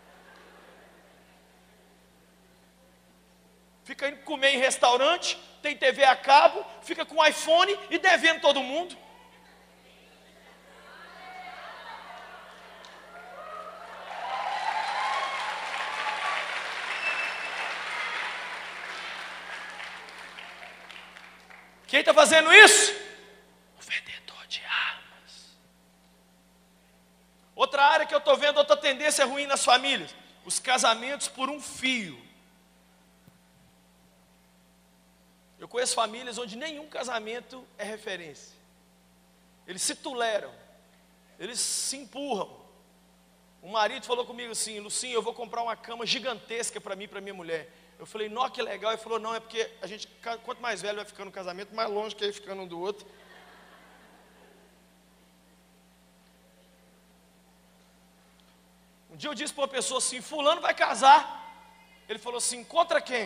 [SPEAKER 2] Fica indo comer em restaurante, tem TV a cabo, fica com iPhone e devendo todo mundo. Quem está fazendo isso? O vendedor de armas. Outra área que eu estou vendo, outra tendência ruim nas famílias: os casamentos por um fio. Eu conheço famílias onde nenhum casamento é referência. Eles se toleram, eles se empurram. O marido falou comigo assim: Lucinho, eu vou comprar uma cama gigantesca para mim e para minha mulher. Eu falei: nó, que legal. Ele falou: não, é porque a gente, quanto mais velho vai ficando no casamento, mais longe que ir ficando um do outro. Um dia eu disse para uma pessoa assim: fulano vai casar. Ele falou assim: contra quem?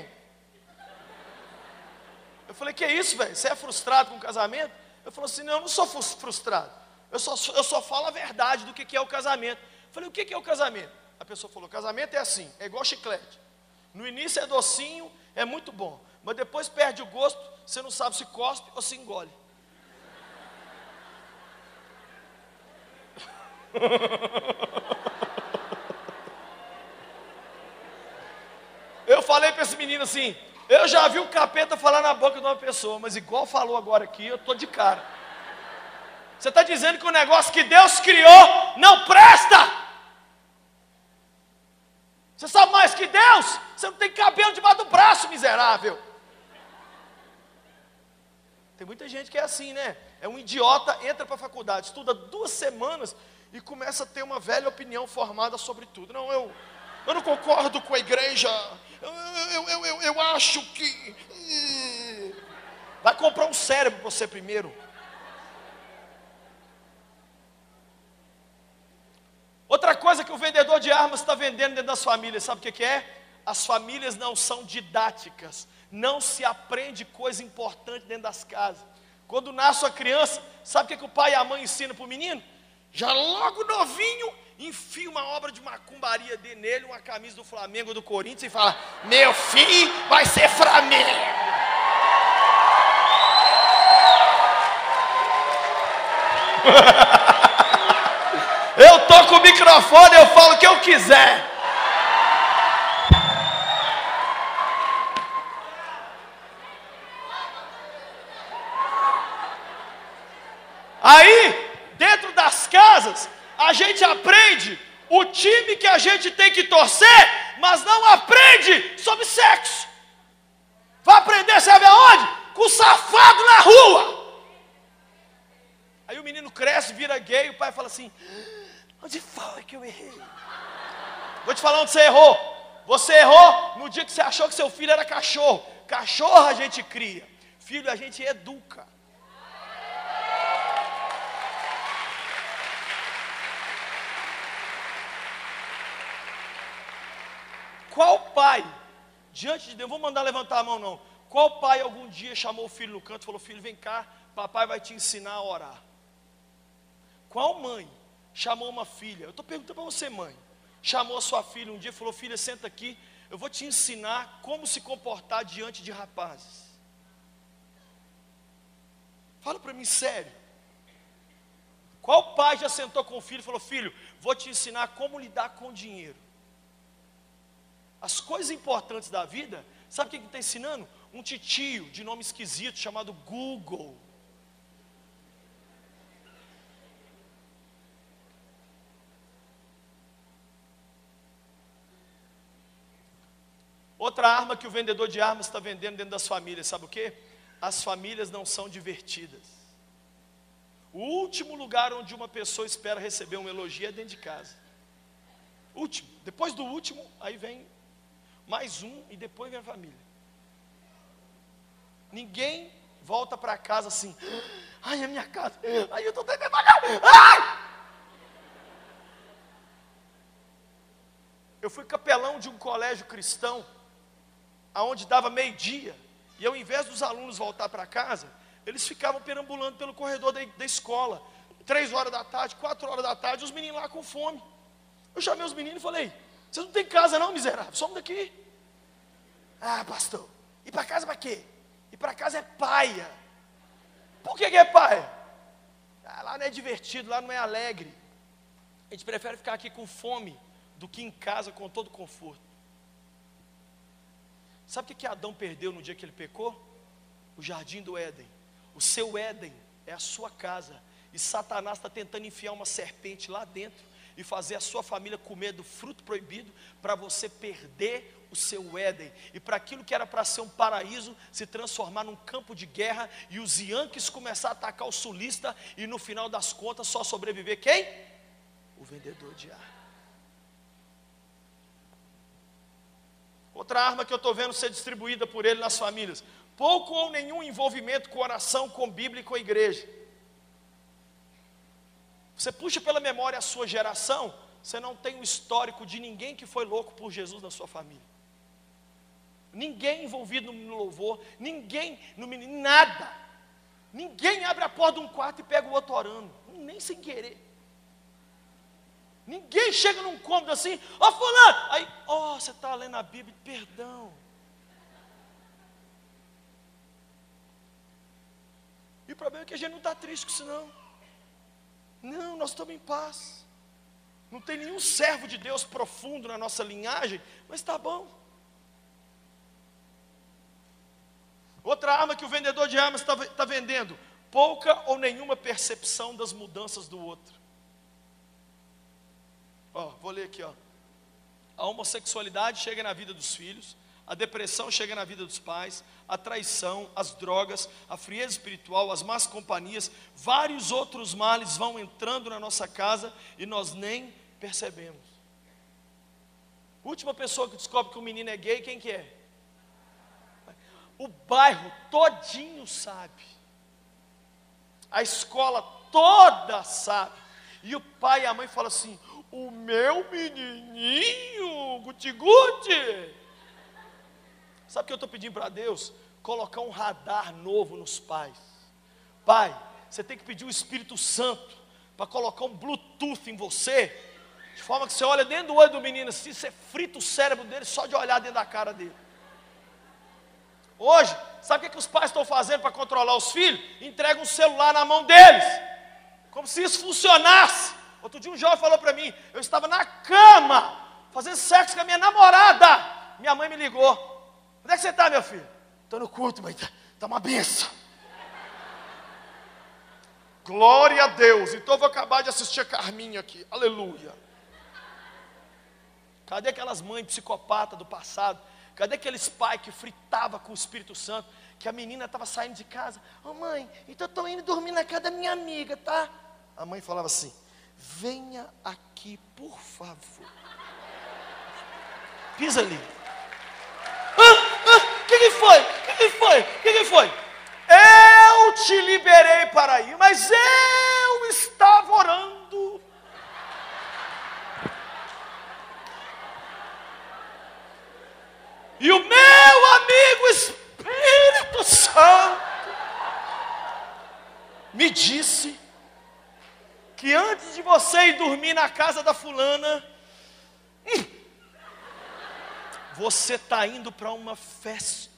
[SPEAKER 2] Eu falei: que é isso, velho? Você é frustrado com o casamento? Eu falei assim: não, eu não sou frustrado. Eu só falo a verdade do que é o casamento. Eu falei: o que é o casamento? A pessoa falou: casamento é assim, é igual chiclete. No início é docinho, é muito bom. Mas depois perde o gosto, você não sabe se cospe ou se engole. Eu falei para esse menino assim: eu já vi o capeta falar na boca de uma pessoa, mas igual falou agora aqui, eu estou de cara. Você está dizendo que o negócio que Deus criou não presta? Você sabe mais que Deus? Você não tem cabelo debaixo do braço, miserável. Tem muita gente que é assim, né? É um idiota, entra para a faculdade, estuda 2 semanas e começa a ter uma velha opinião formada sobre tudo. Não, eu não concordo com a igreja. Eu acho que... Vai comprar um cérebro para você primeiro. Outra coisa que o vendedor de armas está vendendo dentro das famílias, sabe o que é? As famílias não são didáticas, não se aprende coisa importante dentro das casas. Quando nasce uma criança, sabe o que o pai e a mãe ensinam para o menino? Já logo novinho, enfia uma obra de macumbaria nele, uma camisa do Flamengo ou do Corinthians e fala: meu filho vai ser Flamengo. Eu tô com o microfone, eu falo o que eu quiser. Aí, dentro das casas, a gente aprende o time que a gente tem que torcer, mas não aprende sobre sexo. Vai aprender, sabe aonde? Com o safado na rua. Aí o menino cresce, vira gay, o pai fala assim: onde foi que eu errei? Vou te falar onde você errou. Você errou no dia que você achou que seu filho era cachorro. Cachorro a gente cria, filho a gente educa. Qual pai, diante de Deus, vou mandar levantar a mão não. Qual pai algum dia chamou o filho no canto e falou: filho, vem cá, papai vai te ensinar a orar? Qual mãe chamou uma filha? Eu estou perguntando para você, mãe. Chamou a sua filha um dia e falou: filha, senta aqui, eu vou te ensinar como se comportar diante de rapazes. Fala para mim sério. Qual pai já sentou com o filho e falou: filho, vou te ensinar como lidar com o dinheiro? As coisas importantes da vida Sabe quem que está ensinando? Um titio de nome esquisito chamado Google. Outra arma que o vendedor de armas está vendendo dentro das famílias, sabe o quê? As famílias não são divertidas. O último lugar onde uma pessoa espera receber um elogio é dentro de casa. Último. Depois do último, aí vem mais um e depois vem a família. Ninguém volta para casa assim, ai, é minha casa, ai, eu estou tentando pagar, ai! Eu fui capelão de um colégio cristão, aonde dava meio-dia, e ao invés dos alunos voltar para casa, eles ficavam perambulando pelo corredor da escola, 3 horas da tarde, 4 horas da tarde, os meninos lá com fome. Eu chamei os meninos e falei, vocês não têm casa não, miserável, somos daqui. Ah, pastor, e para casa para quê? E para casa é paia. Por que é paia? Ah, lá não é divertido, lá não é alegre. A gente prefere ficar aqui com fome do que em casa com todo conforto. Sabe o que Adão perdeu no dia que ele pecou? O jardim do Éden. O seu Éden é a sua casa. E Satanás está tentando enfiar uma serpente lá dentro e fazer a sua família comer do fruto proibido, para você perder o seu Éden, e para aquilo que era para ser um paraíso, se transformar num campo de guerra, e os Yankees começar a atacar o sulista, e no final das contas só sobreviver quem? O vendedor de arma. Outra arma que eu estou vendo ser distribuída por ele nas famílias, pouco ou nenhum envolvimento com oração, com Bíblia e com a igreja. Você puxa pela memória a sua geração, você não tem um histórico de ninguém que foi louco por Jesus na sua família. Ninguém envolvido no louvor, ninguém, nada. Ninguém abre a porta de um quarto e pega o outro orando, nem sem querer. Ninguém chega num cômodo assim, ó fulano, aí, você está lendo a Bíblia, perdão. E o problema é que a gente não está triste com isso não. Não, nós estamos em paz. Não tem nenhum servo de Deus profundo na nossa linhagem, mas está bom. Outra arma que o vendedor de armas está vendendo, pouca ou nenhuma percepção das mudanças do outro. Vou ler aqui. A homossexualidade chega na vida dos filhos, a depressão chega na vida dos pais, a traição, as drogas, a frieza espiritual, as más companhias, vários outros males vão entrando na nossa casa e nós nem percebemos. Última pessoa que descobre que o menino é gay, quem que é? O bairro todinho sabe, a escola toda sabe, e o pai e a mãe falam assim, o meu menininho, guti-guti. Sabe o que eu estou pedindo para Deus? Colocar um radar novo nos pais. Pai, você tem que pedir o Espírito Santo para colocar um Bluetooth em você, de forma que você olha dentro do olho do menino assim, você frita o cérebro dele só de olhar dentro da cara dele. Hoje, sabe o que os pais estão fazendo para controlar os filhos? Entregam um celular na mão deles, como se isso funcionasse. Outro dia um jovem falou para mim, eu estava na cama, fazendo sexo com a minha namorada, minha mãe me ligou, onde é que você está, meu filho? Estou no culto, mas está uma benção. Glória a Deus, então eu vou acabar de assistir a Carminha aqui, aleluia. Cadê aquelas mães psicopatas do passado? Cadê aqueles pais que fritavam com o Espírito Santo, que a menina estava saindo de casa, mãe, então eu estou indo dormir na casa da minha amiga, tá? A mãe falava assim, venha aqui, por favor. Pisa ali. Que foi? Eu te liberei para ir, mas eu estava orando. E o meu amigo Espírito Santo me disse que antes de você ir dormir na casa da fulana, você está indo para uma festinha.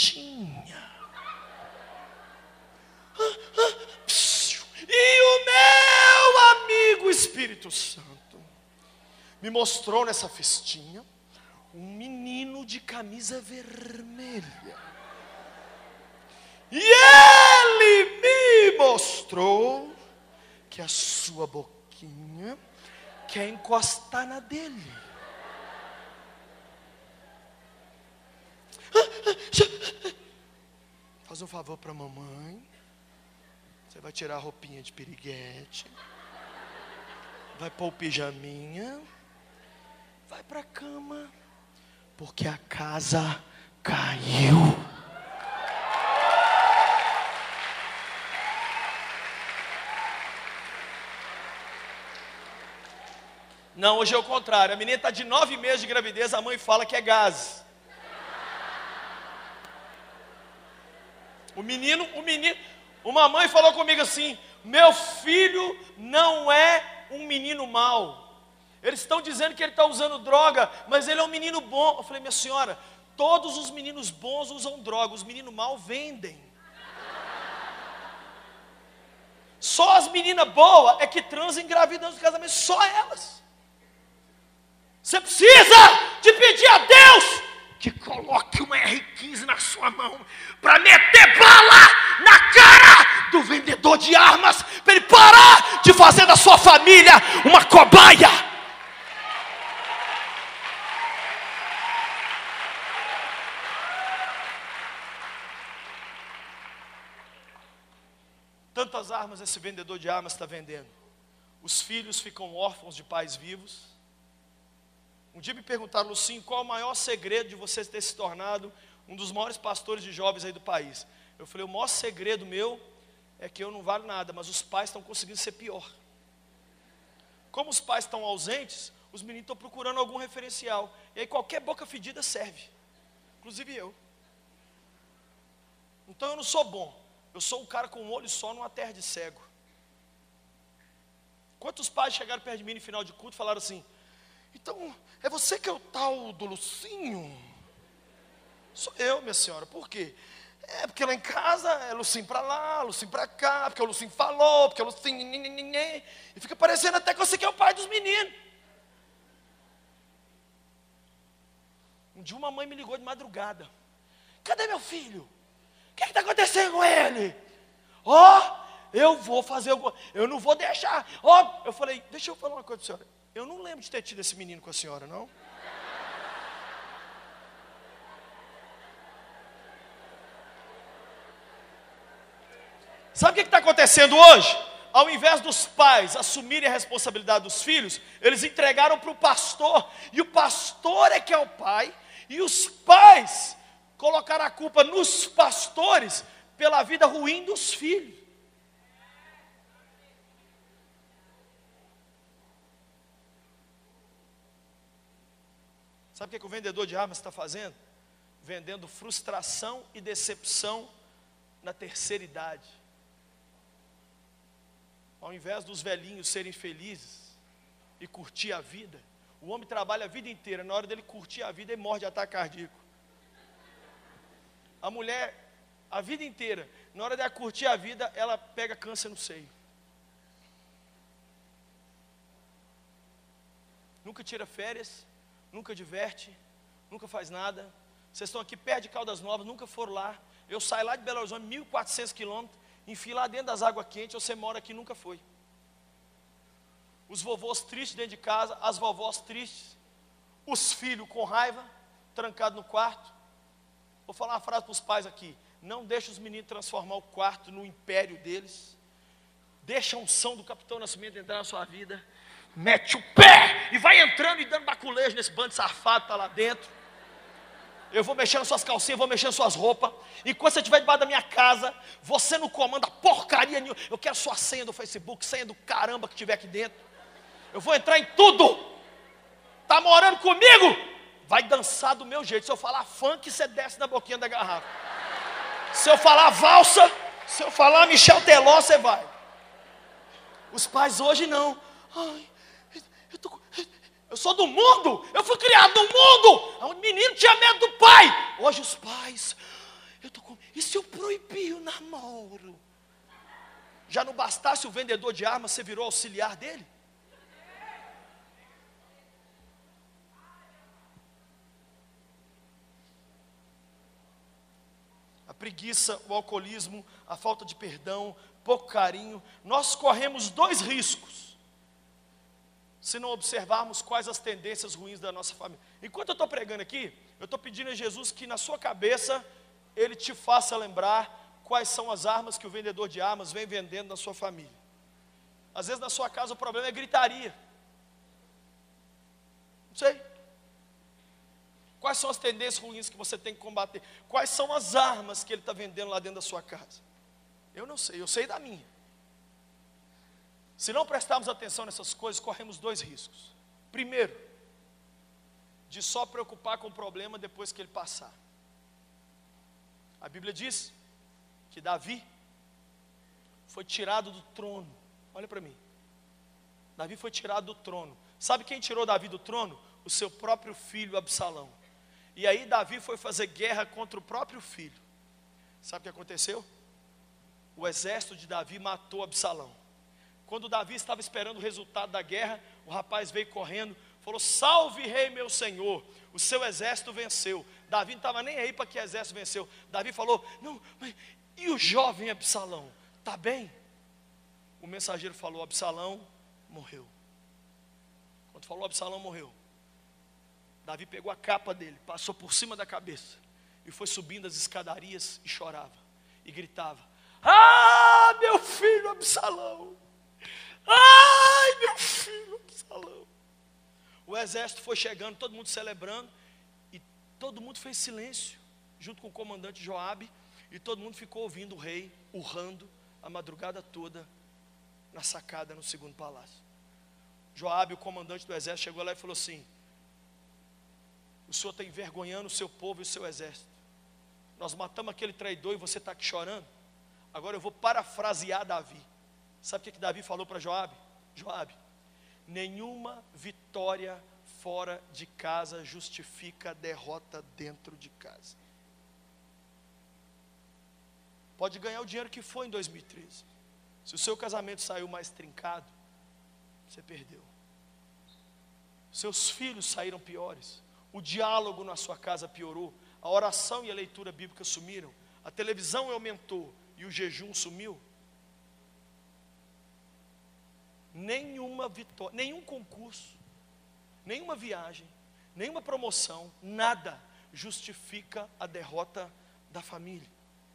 [SPEAKER 2] E o meu amigo Espírito Santo me mostrou nessa festinha um menino de camisa vermelha. E ele me mostrou que a sua boquinha quer encostar na dele. Faz um favor para a mamãe. Você vai tirar a roupinha de piriguete, vai pôr o pijaminha, vai para a cama, porque a casa caiu. Não, hoje é o contrário. A menina está de 9 meses de gravidez, a mãe fala que é gases. Uma mãe falou comigo assim: meu filho não é um menino mau. Eles estão dizendo que ele está usando droga, mas ele é um menino bom. Eu falei: minha senhora, todos os meninos bons usam droga, os meninos maus vendem. Só as meninas boas é que transam e engravidam nos casamentos, só elas. Você precisa de pedir a Deus que coloque uma R15 na sua mão para meter bala na cara do vendedor de armas, para ele parar de fazer da sua família uma cobaia. Tantas armas esse vendedor de armas está vendendo. Os filhos ficam órfãos de pais vivos. Um dia me perguntaram: Lucinho, qual é o maior segredo de você ter se tornado um dos maiores pastores de jovens aí do país? Eu falei: o maior segredo meu é que eu não valho nada, mas os pais estão conseguindo ser pior. Como os pais estão ausentes, os meninos estão procurando algum referencial. E aí qualquer boca fedida serve, inclusive eu. Então eu não sou bom, eu sou um cara com um olho só numa terra de cego. Quantos pais chegaram perto de mim no final de culto e falaram assim: então, é você que é o tal do Lucinho? Sou eu, minha senhora. Por quê? É porque lá em casa é Lucinho para lá, Lucinho para cá, porque o Lucinho falou, porque o Lucinho... E fica parecendo até que você que é o pai dos meninos. Um dia uma mãe me ligou de madrugada: cadê meu filho? O que está acontecendo com ele? Eu vou fazer, eu não vou deixar. Eu falei: deixa eu falar uma coisa para a senhora. Eu não lembro de ter tido esse menino com a senhora, não. Sabe o que está acontecendo hoje? Ao invés dos pais assumirem a responsabilidade dos filhos, eles entregaram para o pastor. E o pastor é que é o pai. E os pais colocaram a culpa nos pastores pela vida ruim dos filhos. Sabe o que o vendedor de armas está fazendo? Vendendo frustração e decepção na terceira idade. Ao invés dos velhinhos serem felizes e curtir a vida, o homem trabalha a vida inteira, na hora dele curtir a vida ele morre de ataque cardíaco. A mulher, a vida inteira, na hora dela curtir a vida, ela pega câncer no seio. Nunca tira férias, nunca diverte, nunca faz nada. Vocês estão aqui perto de Caldas Novas, nunca foram lá. Eu saio lá de Belo Horizonte, 1.400 quilômetros, enfio lá dentro das águas quentes. Você mora aqui, nunca foi. Os vovôs tristes dentro de casa, as vovós tristes, os filhos com raiva, trancados no quarto. Vou falar uma frase para os pais aqui: não deixe os meninos transformar o quarto no império deles. Deixa a unção do Capitão Nascimento entrar na sua vida. Mete o pé e vai entrando e dando baculejo nesse bando de safado que está lá dentro. Eu vou mexendo suas calcinhas, vou mexendo suas roupas. Enquanto você estiver debaixo da minha casa, você não comanda porcaria nenhuma. Eu quero sua senha do Facebook, senha do caramba que tiver aqui dentro. Eu vou entrar em tudo. Está morando comigo? Vai dançar do meu jeito. Se eu falar funk, você desce na boquinha da garrafa. Se eu falar valsa, se eu falar Michel Teló, você vai. Os pais hoje não. Ai, eu sou do mundo, eu fui criado no mundo. O menino tinha medo do pai. Hoje os pais, e se eu proibir o namoro? Já não bastasse o vendedor de armas, você virou auxiliar dele? preguiça, o alcoolismo, a falta de perdão, pouco carinho, nós corremos 2 riscos, se não observarmos quais as tendências ruins da nossa família. Enquanto eu estou pregando aqui, eu estou pedindo a Jesus que na sua cabeça, Ele te faça lembrar quais são as armas que o vendedor de armas vem vendendo na sua família. Às vezes na sua casa o problema é gritaria. Não sei. Quais são as tendências ruins que você tem que combater? Quais são as armas que ele está vendendo lá dentro da sua casa? Eu não sei, eu sei da minha. Se não prestarmos atenção nessas coisas, corremos 2 riscos. Primeiro, de só preocupar com o problema depois que ele passar. A Bíblia diz que Davi foi tirado do trono. Olha para mim. Davi foi tirado do trono. Sabe quem tirou Davi do trono? O seu próprio filho Absalão. E aí Davi foi fazer guerra contra o próprio filho. Sabe o que aconteceu? O exército de Davi matou Absalão. Quando Davi estava esperando o resultado da guerra, o rapaz veio correndo, falou: salve rei meu senhor, o seu exército venceu. Davi não estava nem aí para que exército venceu. Davi falou: não, mas e o jovem Absalão? Está bem? O mensageiro falou: Absalão morreu. Quando falou Absalão morreu, Davi pegou a capa dele, passou por cima da cabeça e foi subindo as escadarias e chorava e gritava: ah, meu filho Absalão! Ai, meu filho Absalão! O exército foi chegando, todo mundo celebrando, e todo mundo fez silêncio, junto com o comandante Joabe, e todo mundo ficou ouvindo o rei urrando a madrugada toda na sacada no segundo palácio. Joabe, o comandante do exército, chegou lá e falou assim: o senhor está envergonhando o seu povo e o seu exército. Nós matamos aquele traidor e você está aqui chorando. Agora eu vou parafrasear Davi. Sabe o que Davi falou para Joabe? Joabe, nenhuma vitória fora de casa justifica a derrota dentro de casa. Pode ganhar o dinheiro que foi em 2013. Se o seu casamento saiu mais trincado, você perdeu. Seus filhos saíram piores. O diálogo na sua casa piorou. A oração e a leitura bíblica sumiram. A televisão aumentou e o jejum sumiu. Nenhuma vitória, nenhum concurso, nenhuma viagem, nenhuma promoção, nada justifica a derrota da família.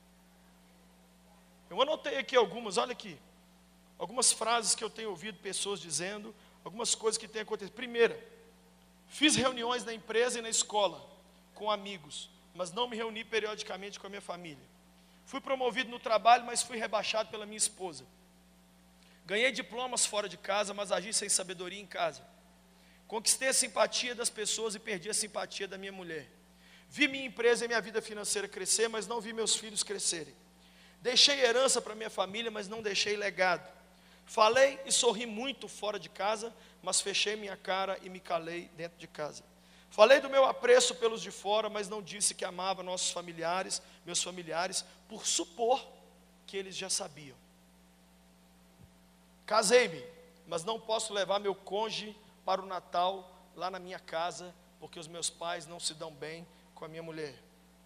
[SPEAKER 2] Eu anotei aqui algumas, olha aqui, algumas frases que eu tenho ouvido pessoas dizendo, algumas coisas que têm acontecido. Primeira, fiz reuniões na empresa e na escola com amigos, mas não me reuni periodicamente com a minha família. Fui promovido no trabalho, mas fui rebaixado pela minha esposa. Ganhei diplomas fora de casa, mas agi sem sabedoria em casa. Conquistei a simpatia das pessoas e perdi a simpatia da minha mulher. Vi minha empresa e minha vida financeira crescer, mas não vi meus filhos crescerem. Deixei herança para minha família, mas não deixei legado. Falei e sorri muito fora de casa, mas fechei minha cara e me calei dentro de casa. Falei do meu apreço pelos de fora, mas não disse que amava nossos familiares, meus familiares, por supor que eles já sabiam. Casei-me, mas não posso levar meu cônjuge para o Natal lá na minha casa, porque os meus pais não se dão bem com a minha mulher.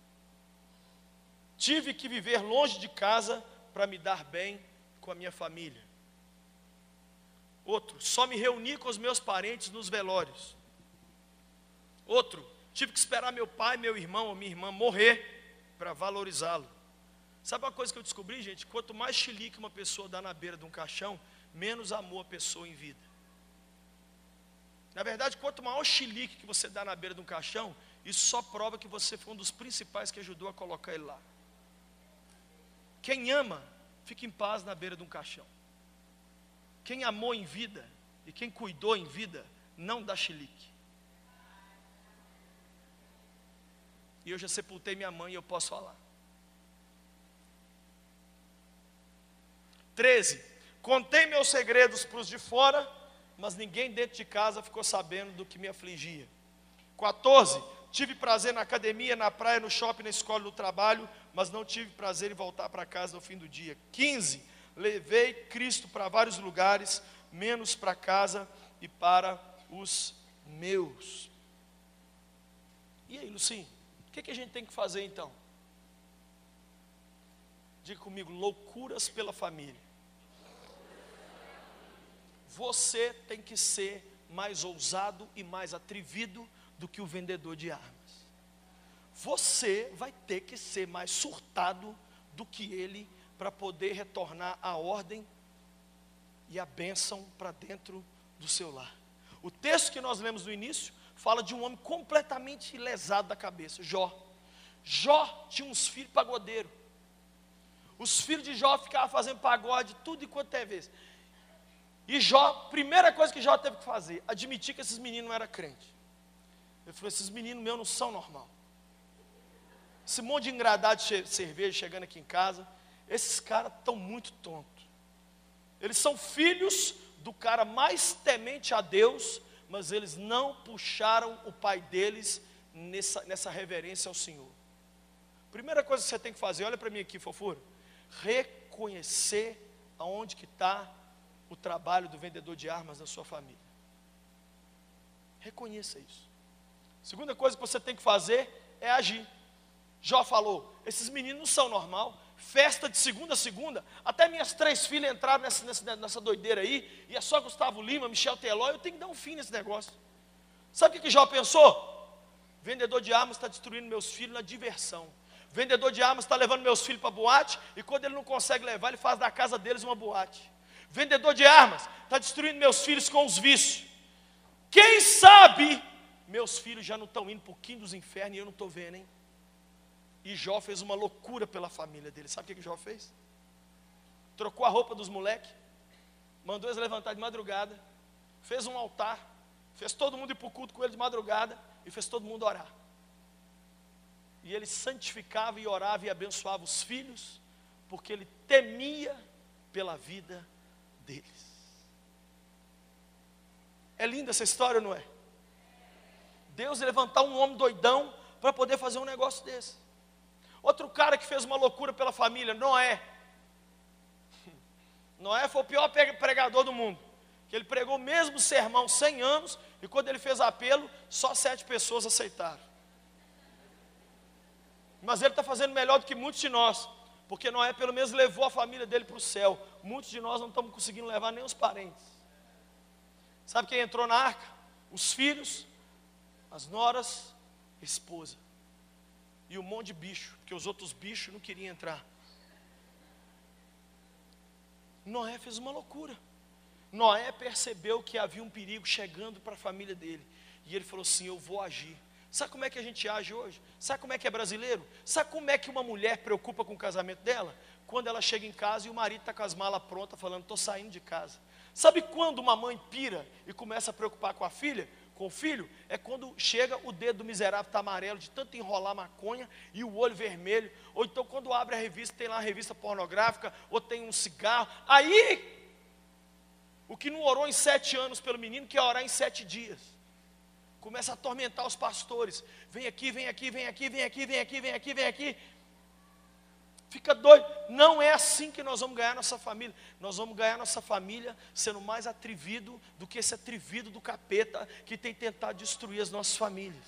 [SPEAKER 2] Tive que viver longe de casa para me dar bem com a minha família. Outro, só me reuni com os meus parentes nos velórios. Outro, tive que esperar meu pai, meu irmão ou minha irmã morrer para valorizá-lo. Sabe uma coisa que eu descobri, gente? Quanto mais chilique uma pessoa dá na beira de um caixão, menos amor a pessoa em vida. Na verdade, quanto maior chilique que você dá na beira de um caixão, isso só prova que você foi um dos principais que ajudou a colocar ele lá. Quem ama, fica em paz na beira de um caixão. Quem amou em vida e quem cuidou em vida, não dá chilique. E eu já sepultei minha mãe e eu posso falar. 13. Contei meus segredos para os de fora, mas ninguém dentro de casa ficou sabendo do que me afligia. 14. Tive prazer na academia, na praia, no shopping, na escola, no trabalho, mas não tive prazer em voltar para casa no fim do dia. 15. Levei Cristo para vários lugares, menos para casa e para os meus. E aí, Lucinho, o que a gente tem que fazer então? Diga comigo, loucuras pela família. Você tem que ser mais ousado e mais atrevido do que o vendedor de armas. Você vai ter que ser mais surtado do que ele para poder retornar a ordem e a bênção para dentro do seu lar. O texto que nós lemos no início fala de um homem completamente lesado da cabeça, Jó. Jó tinha uns filhos pagodeiros. Os filhos de Jó ficavam fazendo pagode tudo enquanto é vez. E Jó, primeira coisa que Jó teve que fazer, admitir que esses meninos não eram crentes. Ele falou, esses meninos meus não são normal. Esse monte de engradado de cerveja chegando aqui em casa, esses caras estão muito tontos. Eles são filhos do cara mais temente a Deus, mas eles não puxaram o pai deles nessa reverência ao Senhor. Primeira coisa que você tem que fazer, olha para mim aqui, fofura, reconhecer aonde que está o trabalho do vendedor de armas da sua família. Reconheça isso. Segunda coisa que você tem que fazer é agir. Jó falou, esses meninos não são normal, festa de segunda a segunda, até minhas 3 filhas entraram nessa doideira aí, e é só Gustavo Lima, Michel Teló, eu tenho que dar um fim nesse negócio. Sabe o que Jó pensou? Vendedor de armas está destruindo meus filhos na diversão. Vendedor de armas está levando meus filhos para boate, e quando ele não consegue levar, ele faz da casa deles uma boate. Vendedor de armas está destruindo meus filhos com os vícios. Quem sabe, meus filhos já não estão indo para o quinto dos infernos e eu não estou vendo, hein? E Jó fez uma loucura pela família dele. Sabe o que Jó fez? Trocou a roupa dos moleques, mandou eles levantar de madrugada, fez um altar, fez todo mundo ir para o culto com ele de madrugada e fez todo mundo orar. E ele santificava e orava e abençoava os filhos, porque ele temia pela vida deles. É linda essa história, não é? Deus levantar um homem doidão para poder fazer um negócio desse. Outro cara que fez uma loucura pela família, Noé. Noé foi o pior pregador do mundo. Que ele pregou o mesmo sermão 100 anos, e quando ele fez apelo, só 7 pessoas aceitaram. Mas ele está fazendo melhor do que muitos de nós, porque Noé pelo menos levou a família dele para o céu. Muitos de nós não estamos conseguindo levar nem os parentes. Sabe quem entrou na arca? Os filhos, as noras, a esposa. E um monte de bicho, porque os outros bichos não queriam entrar. Noé fez uma loucura. Noé percebeu que havia um perigo chegando para a família dele. E ele falou assim, eu vou agir. Sabe como é que a gente age hoje? Sabe como é que é brasileiro? Sabe como é que uma mulher preocupa com o casamento dela? Quando ela chega em casa e o marido está com as malas prontas, falando, estou saindo de casa. Sabe quando uma mãe pira e começa a preocupar com a filha? Com o filho, é quando chega o dedo do miserável está amarelo de tanto enrolar maconha e o olho vermelho, ou então quando abre a revista, tem lá uma revista pornográfica, ou tem um cigarro, aí, o que não orou em 7 anos pelo menino, quer orar em 7 dias, começa a atormentar os pastores, vem aqui, vem aqui, vem aqui, vem aqui, vem aqui, vem aqui, vem aqui, fica doido. Não é assim que nós vamos ganhar nossa família. Nós vamos ganhar nossa família sendo mais atrevido do que esse atrevido do capeta que tem tentado destruir as nossas famílias.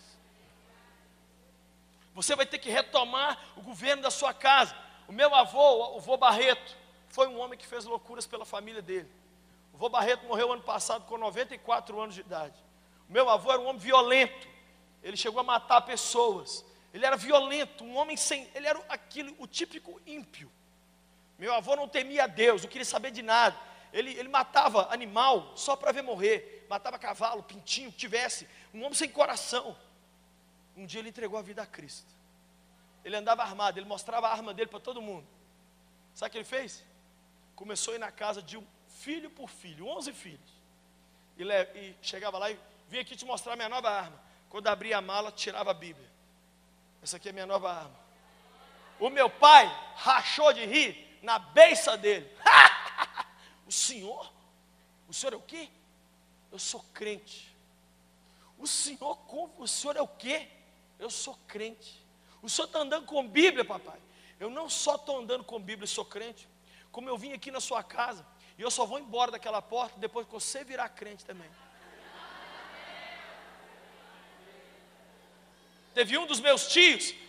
[SPEAKER 2] Você vai ter que retomar o governo da sua casa. O meu avô, o vô Barreto, foi um homem que fez loucuras pela família dele. O vô Barreto morreu ano passado com 94 anos de idade. O meu avô era um homem violento. Ele chegou a matar pessoas. Ele era violento, um homem ele era o típico ímpio. Meu avô não temia a Deus, não queria saber de nada. Ele matava animal só para ver morrer. Matava cavalo, pintinho, que tivesse. Um homem sem coração. Um dia ele entregou a vida a Cristo. Ele andava armado, ele mostrava a arma dele para todo mundo. Sabe o que ele fez? Começou a ir na casa de um filho por filho, 11 filhos. E chegava lá e vim aqui te mostrar minha nova arma. Quando abria a mala, tirava a Bíblia. Essa aqui é a minha nova arma. O meu pai rachou de rir na beiça dele. O senhor é o quê? Eu sou crente. O senhor é o quê? Eu sou crente. O senhor está andando com Bíblia, papai? Eu não só estou andando com Bíblia e sou crente, como eu vim aqui na sua casa, e eu só vou embora daquela porta depois que você virar crente também. Teve um dos meus tios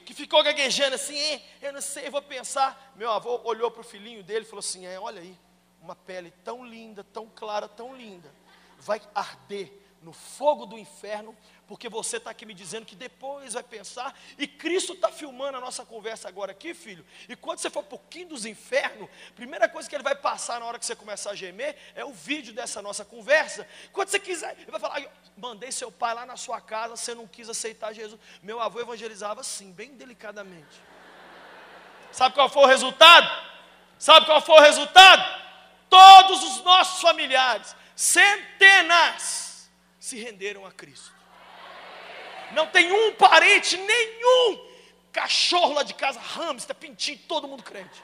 [SPEAKER 2] que ficou gaguejando assim, eu não sei, eu vou pensar. Meu avô olhou para o filhinho dele e falou assim, olha aí, uma pele tão linda, tão clara, tão linda, vai arder no fogo do inferno, porque você está aqui me dizendo que depois vai pensar, e Cristo está filmando a nossa conversa agora aqui, filho, e quando você for um pouquinho dos infernos, a primeira coisa que ele vai passar na hora que você começar a gemer, é o vídeo dessa nossa conversa. Quando você quiser, ele vai falar, mandei seu pai lá na sua casa, você não quis aceitar Jesus. Meu avô evangelizava assim, bem delicadamente. Sabe qual foi o resultado? Sabe qual foi o resultado? Todos os nossos familiares, centenas, se renderam a Cristo. Não tem um parente, nenhum cachorro lá de casa, hamster, pintinho, todo mundo crente.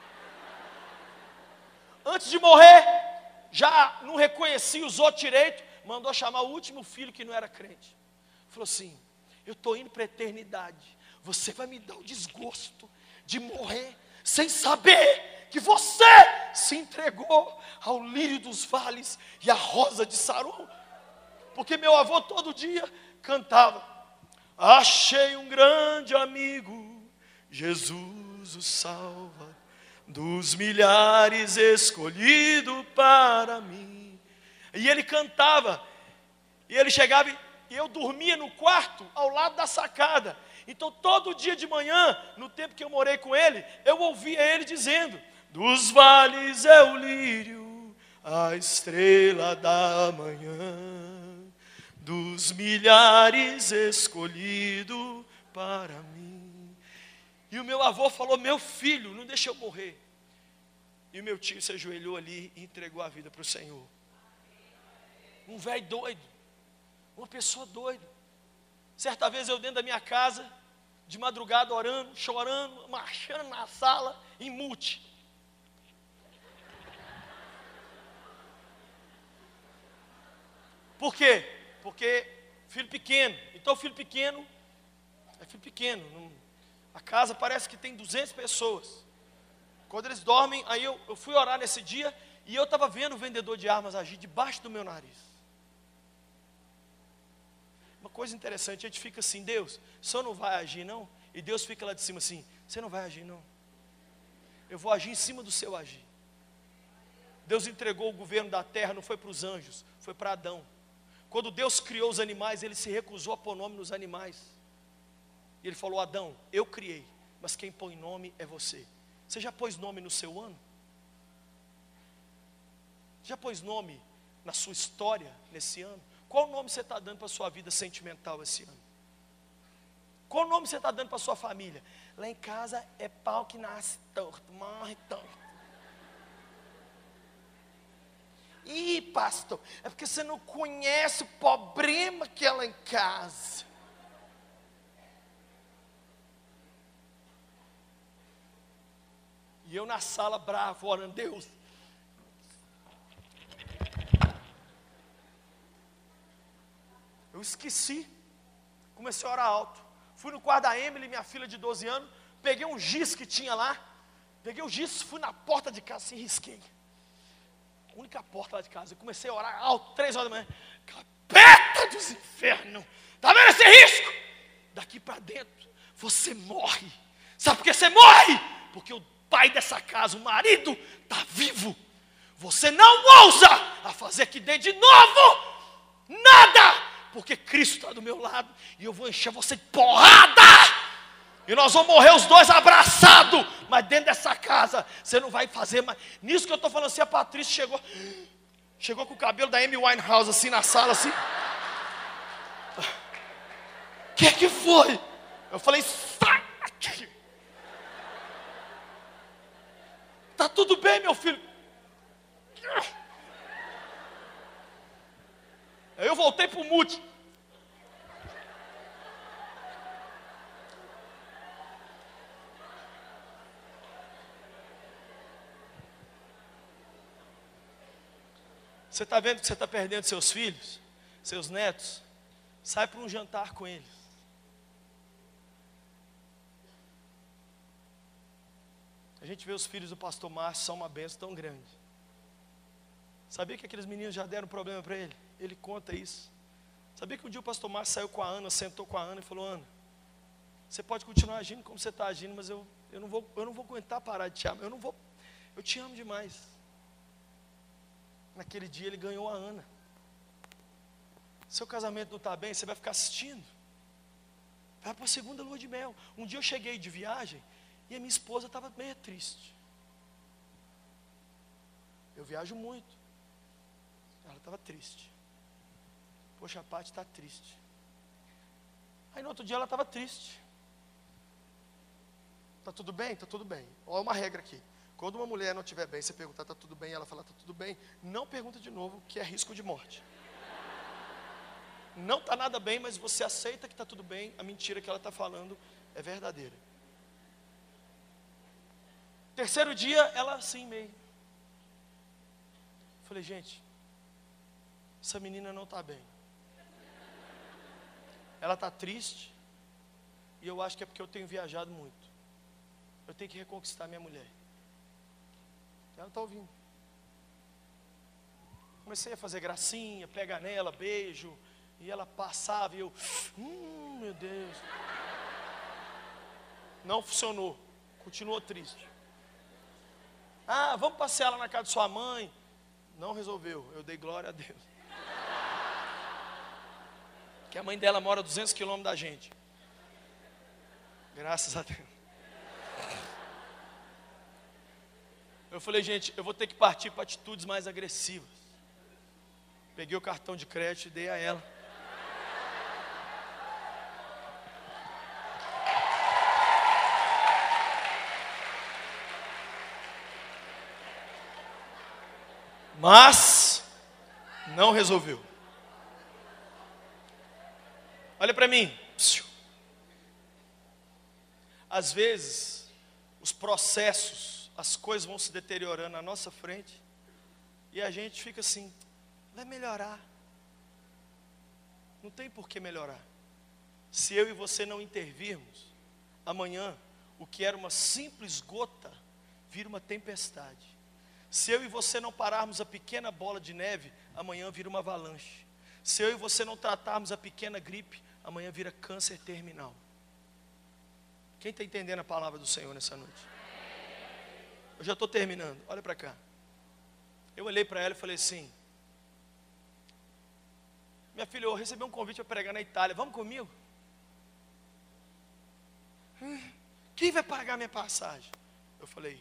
[SPEAKER 2] Antes de morrer, já não reconhecia os outros direito, mandou chamar o último filho que não era crente. Falou assim, eu estou indo para a eternidade, você vai me dar o desgosto de morrer sem saber que você se entregou ao lírio dos vales e à rosa de Saron. Porque meu avô todo dia cantava, achei um grande amigo, Jesus o salva, dos milhares escolhido para mim. E ele cantava, e ele chegava, e eu dormia no quarto, ao lado da sacada. Então todo dia de manhã, no tempo que eu morei com ele, eu ouvia ele dizendo, dos vales é o lírio, a estrela da manhã, dos milhares escolhido para mim. E o meu avô falou, meu filho, não deixa eu morrer. E o meu tio se ajoelhou ali e entregou a vida para o Senhor. Um velho doido, uma pessoa doida. Certa vez eu dentro da minha casa, de madrugada orando, chorando, marchando na sala, em mute. Por quê? Porque filho pequeno, então filho pequeno, a casa parece que tem 200 pessoas, quando eles dormem, aí eu fui orar nesse dia, e eu estava vendo o vendedor de armas agir debaixo do meu nariz. Uma coisa interessante, a gente fica assim, Deus, o Senhor não vai agir não? E Deus fica lá de cima assim, você não vai agir não, eu vou agir em cima do seu agir. Deus entregou o governo da terra, não foi para os anjos, foi para Adão. Quando Deus criou os animais, ele se recusou a pôr nome nos animais. E ele falou, Adão, eu criei, mas quem põe nome é você. Você já pôs nome no seu ano? Já pôs nome na sua história nesse ano? Qual nome você está dando para a sua vida sentimental esse ano? Qual nome você está dando para a sua família? Lá em casa é pau que nasce torto, morre torto. Ih, pastor, é porque você não conhece o problema que é lá em casa. E eu na sala bravo, orando, Deus. Eu esqueci, comecei a orar alto. Fui no quarto da Emily, minha filha de 12 anos, peguei um giz que tinha lá, peguei o giz, fui na porta de casa, assim, risquei. Única porta lá de casa, eu comecei a orar alto, 3 horas da manhã, capeta dos infernos, tá vendo esse risco? Daqui para dentro, você morre. Sabe por que você morre? Porque o pai dessa casa, o marido, está vivo. Você não ousa a fazer que dê de novo nada, porque Cristo está do meu lado, e eu vou encher você de porrada, e nós vamos morrer os dois abraçados, mas dentro dessa casa, você não vai fazer mais. Nisso que eu estou falando assim, a Patrícia chegou com o cabelo da Amy Winehouse assim na sala, assim. O que foi? Eu falei, sai aqui. Tá tudo bem, meu filho? Aí eu voltei para o mute. Você está vendo que você está perdendo seus filhos, seus netos? Sai para um jantar com eles. A gente vê os filhos do pastor Márcio, são uma bênção tão grande. Sabia que aqueles meninos já deram problema para ele? Ele conta isso. Sabia que um dia o pastor Márcio saiu com a Ana, sentou com a Ana e falou, Ana, Você pode continuar agindo como você está agindo, mas eu não vou aguentar parar de te amar. Eu te amo demais. Naquele dia ele ganhou a Ana. Seu casamento não está bem, você vai ficar assistindo. Vai para a segunda lua de mel. Um dia eu cheguei de viagem e a minha esposa estava meio triste. Eu viajo muito. Ela estava triste. Poxa, a Paty está triste. Aí no outro dia ela estava triste. Está tudo bem? Está tudo bem. Olha uma regra aqui. Quando uma mulher não estiver bem, você perguntar, está tudo bem? Ela fala, está tudo bem. Não pergunta de novo, que é risco de morte. Não está nada bem, mas você aceita que está tudo bem. A mentira que ela está falando é verdadeira. Terceiro dia, ela assim meio. Falei, gente, essa menina não está bem. Ela está triste. E eu acho que é porque eu tenho viajado muito. Eu tenho que reconquistar minha mulher. Ela está ouvindo. Comecei a fazer gracinha, pegar nela, beijo. E ela passava e eu, meu Deus. Não funcionou. Continuou triste. Ah, vamos passear lá na casa de sua mãe. Não resolveu. Eu dei glória a Deus. Que a mãe dela mora a 200 quilômetros da gente. Graças a Deus. Eu falei, gente, eu vou ter que partir para atitudes mais agressivas. Peguei o cartão de crédito e dei a ela. Mas não resolveu. Olha para mim. Às vezes, os processos, as coisas vão se deteriorando na nossa frente e a gente fica assim, vai melhorar. Não tem por que melhorar. Se eu e você não intervirmos, amanhã, o que era uma simples gota, vira uma tempestade. Se eu e você não pararmos a pequena bola de neve, amanhã vira uma avalanche. Se eu e você não tratarmos a pequena gripe, amanhã vira câncer terminal. Quem está entendendo a palavra do Senhor nessa noite? Eu já estou terminando, olha para cá. Eu olhei para ela e falei assim, minha filha, eu recebi um convite para pregar na Itália, vamos comigo? Quem vai pagar minha passagem? Eu falei,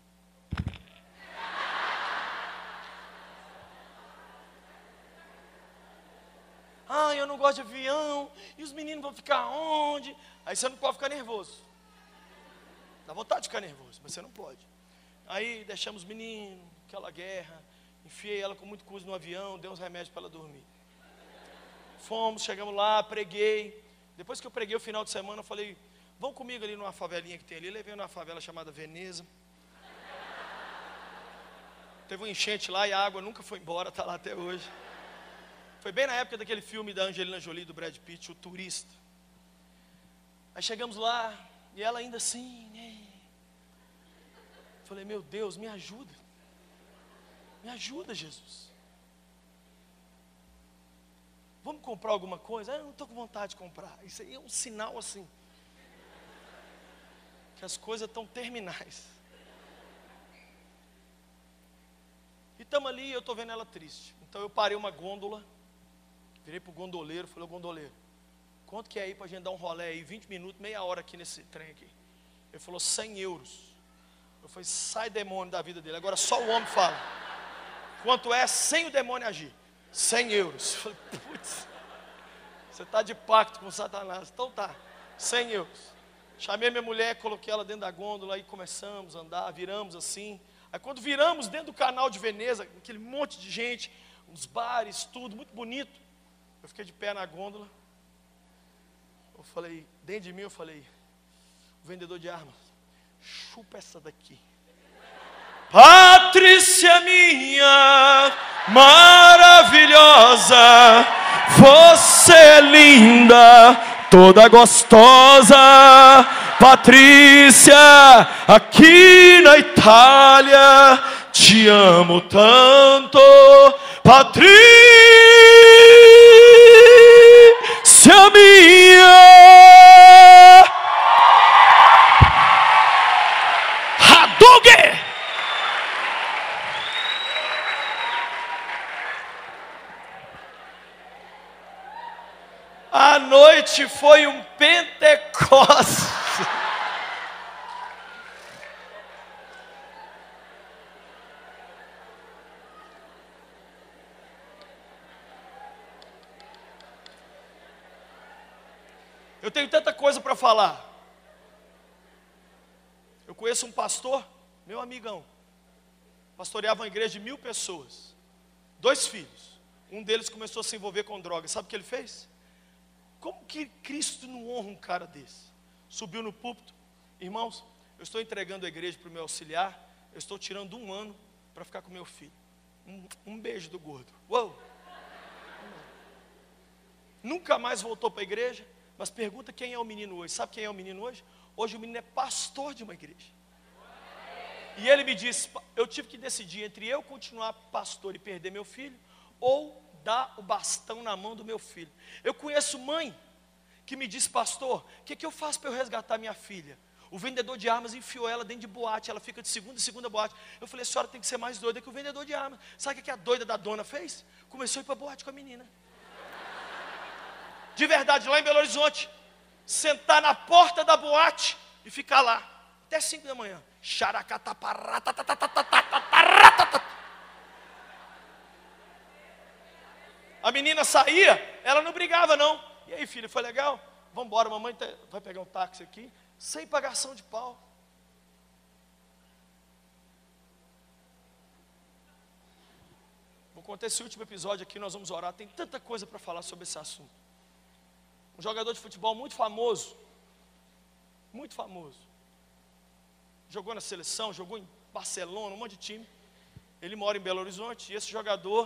[SPEAKER 2] eu não gosto de avião, e os meninos vão ficar onde? Aí você não pode ficar nervoso. Dá vontade de ficar nervoso, mas você não pode. Aí deixamos os meninos, aquela guerra, enfiei ela com muito custo no avião, dei uns remédios para ela dormir. Fomos, chegamos lá, preguei. Depois que eu preguei o final de semana, eu falei, vão comigo ali numa favelinha que tem ali. Levei numa favela chamada Veneza. Teve um enchente lá e a água nunca foi embora, está lá até hoje. Foi bem na época daquele filme da Angelina Jolie, do Brad Pitt, O Turista. Aí chegamos lá, e ela ainda assim, né? Falei, meu Deus, me ajuda. Me ajuda, Jesus. Vamos comprar alguma coisa? Eu não estou com vontade de comprar. Isso aí é um sinal assim, que as coisas estão terminais. E estamos ali e eu estou vendo ela triste. Então eu parei uma gôndola. Virei para o gondoleiro, falei, gondoleiro, quanto que é aí para a gente dar um rolê aí, 20 minutos, meia hora aqui nesse trem aqui? Ele falou, 100 euros. Eu falei, sai demônio da vida dele, agora só o homem fala. Quanto é sem o demônio agir? 100 euros. Eu falei, putz, você está de pacto com Satanás. Então tá, 100 euros. Chamei minha mulher, coloquei ela dentro da gôndola, aí começamos a andar, viramos assim. Aí quando viramos dentro do canal de Veneza, aquele monte de gente, uns bares, tudo, muito bonito. Eu fiquei de pé na gôndola. Eu falei, dentro de mim eu falei, o vendedor de armas, chupa essa daqui. Patrícia minha, maravilhosa, você é linda, toda gostosa. Patrícia, aqui na Itália, te amo tanto. Patrícia minha. A noite foi um Pentecostes. Eu tenho tanta coisa para falar. Eu conheço um pastor, meu amigão, pastoreava uma igreja de 1000 pessoas, 2 filhos. Um deles começou a se envolver com drogas. Sabe o que ele fez? Como que Cristo não honra um cara desse? Subiu no púlpito: irmãos, eu estou entregando a igreja para o meu auxiliar, eu estou tirando 1 ano para ficar com meu filho. Um beijo do gordo. Uou! Nunca mais voltou para a igreja. Mas pergunta quem é o menino hoje. Sabe quem é o menino hoje? Hoje o menino é pastor de uma igreja. E ele me disse: eu tive que decidir entre eu continuar pastor e perder meu filho, ou dar o bastão na mão do meu filho. Eu conheço mãe que me diz: pastor, o que eu faço para eu resgatar minha filha? O vendedor de armas enfiou ela dentro de boate, ela fica de segunda em segunda boate. Eu falei: a senhora tem que ser mais doida que o vendedor de armas. Sabe o que a doida da dona fez? Começou a ir para boate com a menina. De verdade, lá em Belo Horizonte, sentar na porta da boate e ficar lá até 5 da manhã. A menina saía, ela não brigava não. E aí, filha, foi legal? Vamos embora, mamãe vai pegar um táxi aqui, sem pagação de pau. Vou contar esse último episódio aqui, nós vamos orar. Tem tanta coisa para falar sobre esse assunto. Um jogador de futebol muito famoso, jogou na seleção, jogou em Barcelona, um monte de time. Ele mora em Belo Horizonte, e esse jogador,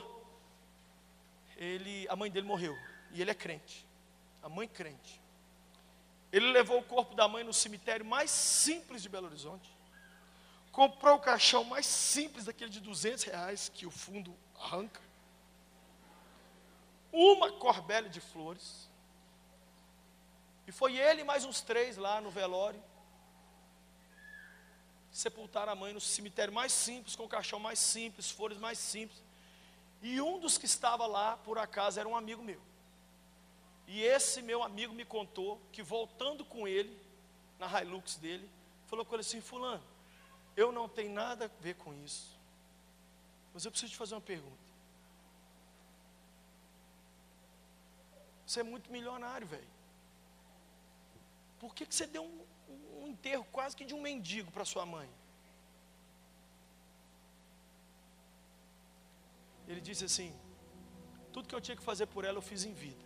[SPEAKER 2] a mãe dele morreu, e ele é crente, a mãe crente. Ele levou o corpo da mãe no cemitério mais simples de Belo Horizonte, comprou o caixão mais simples, daquele de R$200, que o fundo arranca, uma corbelha de flores, e foi ele e mais uns 3 lá no velório, sepultaram a mãe no cemitério mais simples, com o caixão mais simples, flores mais simples. E um dos que estava lá, por acaso, era um amigo meu. E esse meu amigo me contou que, voltando com ele, na Hilux dele, falou com ele assim: fulano, eu não tenho nada a ver com isso, mas eu preciso te fazer uma pergunta. Você é muito milionário, velho. Por que você deu um enterro quase que de um mendigo para sua mãe? Ele disse assim: tudo que eu tinha que fazer por ela eu fiz em vida.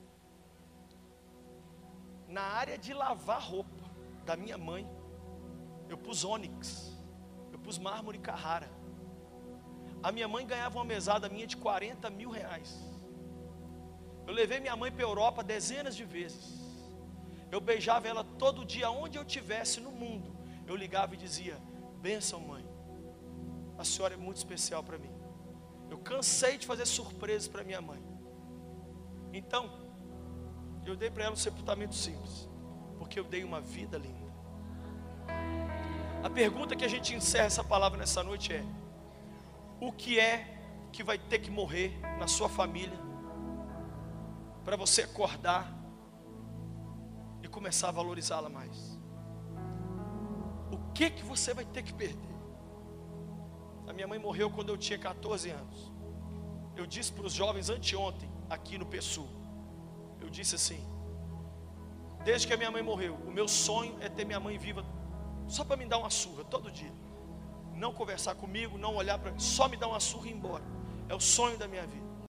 [SPEAKER 2] Na área de lavar roupa da minha mãe, eu pus ônix, eu pus mármore Carrara. A minha mãe ganhava uma mesada minha de R$40 mil. Eu levei minha mãe para a Europa dezenas de vezes. Eu beijava ela todo dia, onde eu estivesse no mundo. Eu ligava e dizia: bênção, mãe, a senhora é muito especial para mim. Eu cansei de fazer surpresas para minha mãe. Então, eu dei para ela um sepultamento simples, porque eu dei uma vida linda. A pergunta que a gente encerra essa palavra nessa noite é: o que é que vai ter que morrer na sua família para você acordar e começar a valorizá-la mais? O que você vai ter que perder? A minha mãe morreu quando eu tinha 14 anos. Eu disse para os jovens anteontem, aqui no PSU, eu disse assim: desde que a minha mãe morreu, o meu sonho é ter minha mãe viva, só para me dar uma surra todo dia. Não conversar comigo, não olhar para mim, só me dar uma surra e ir embora. É o sonho da minha vida.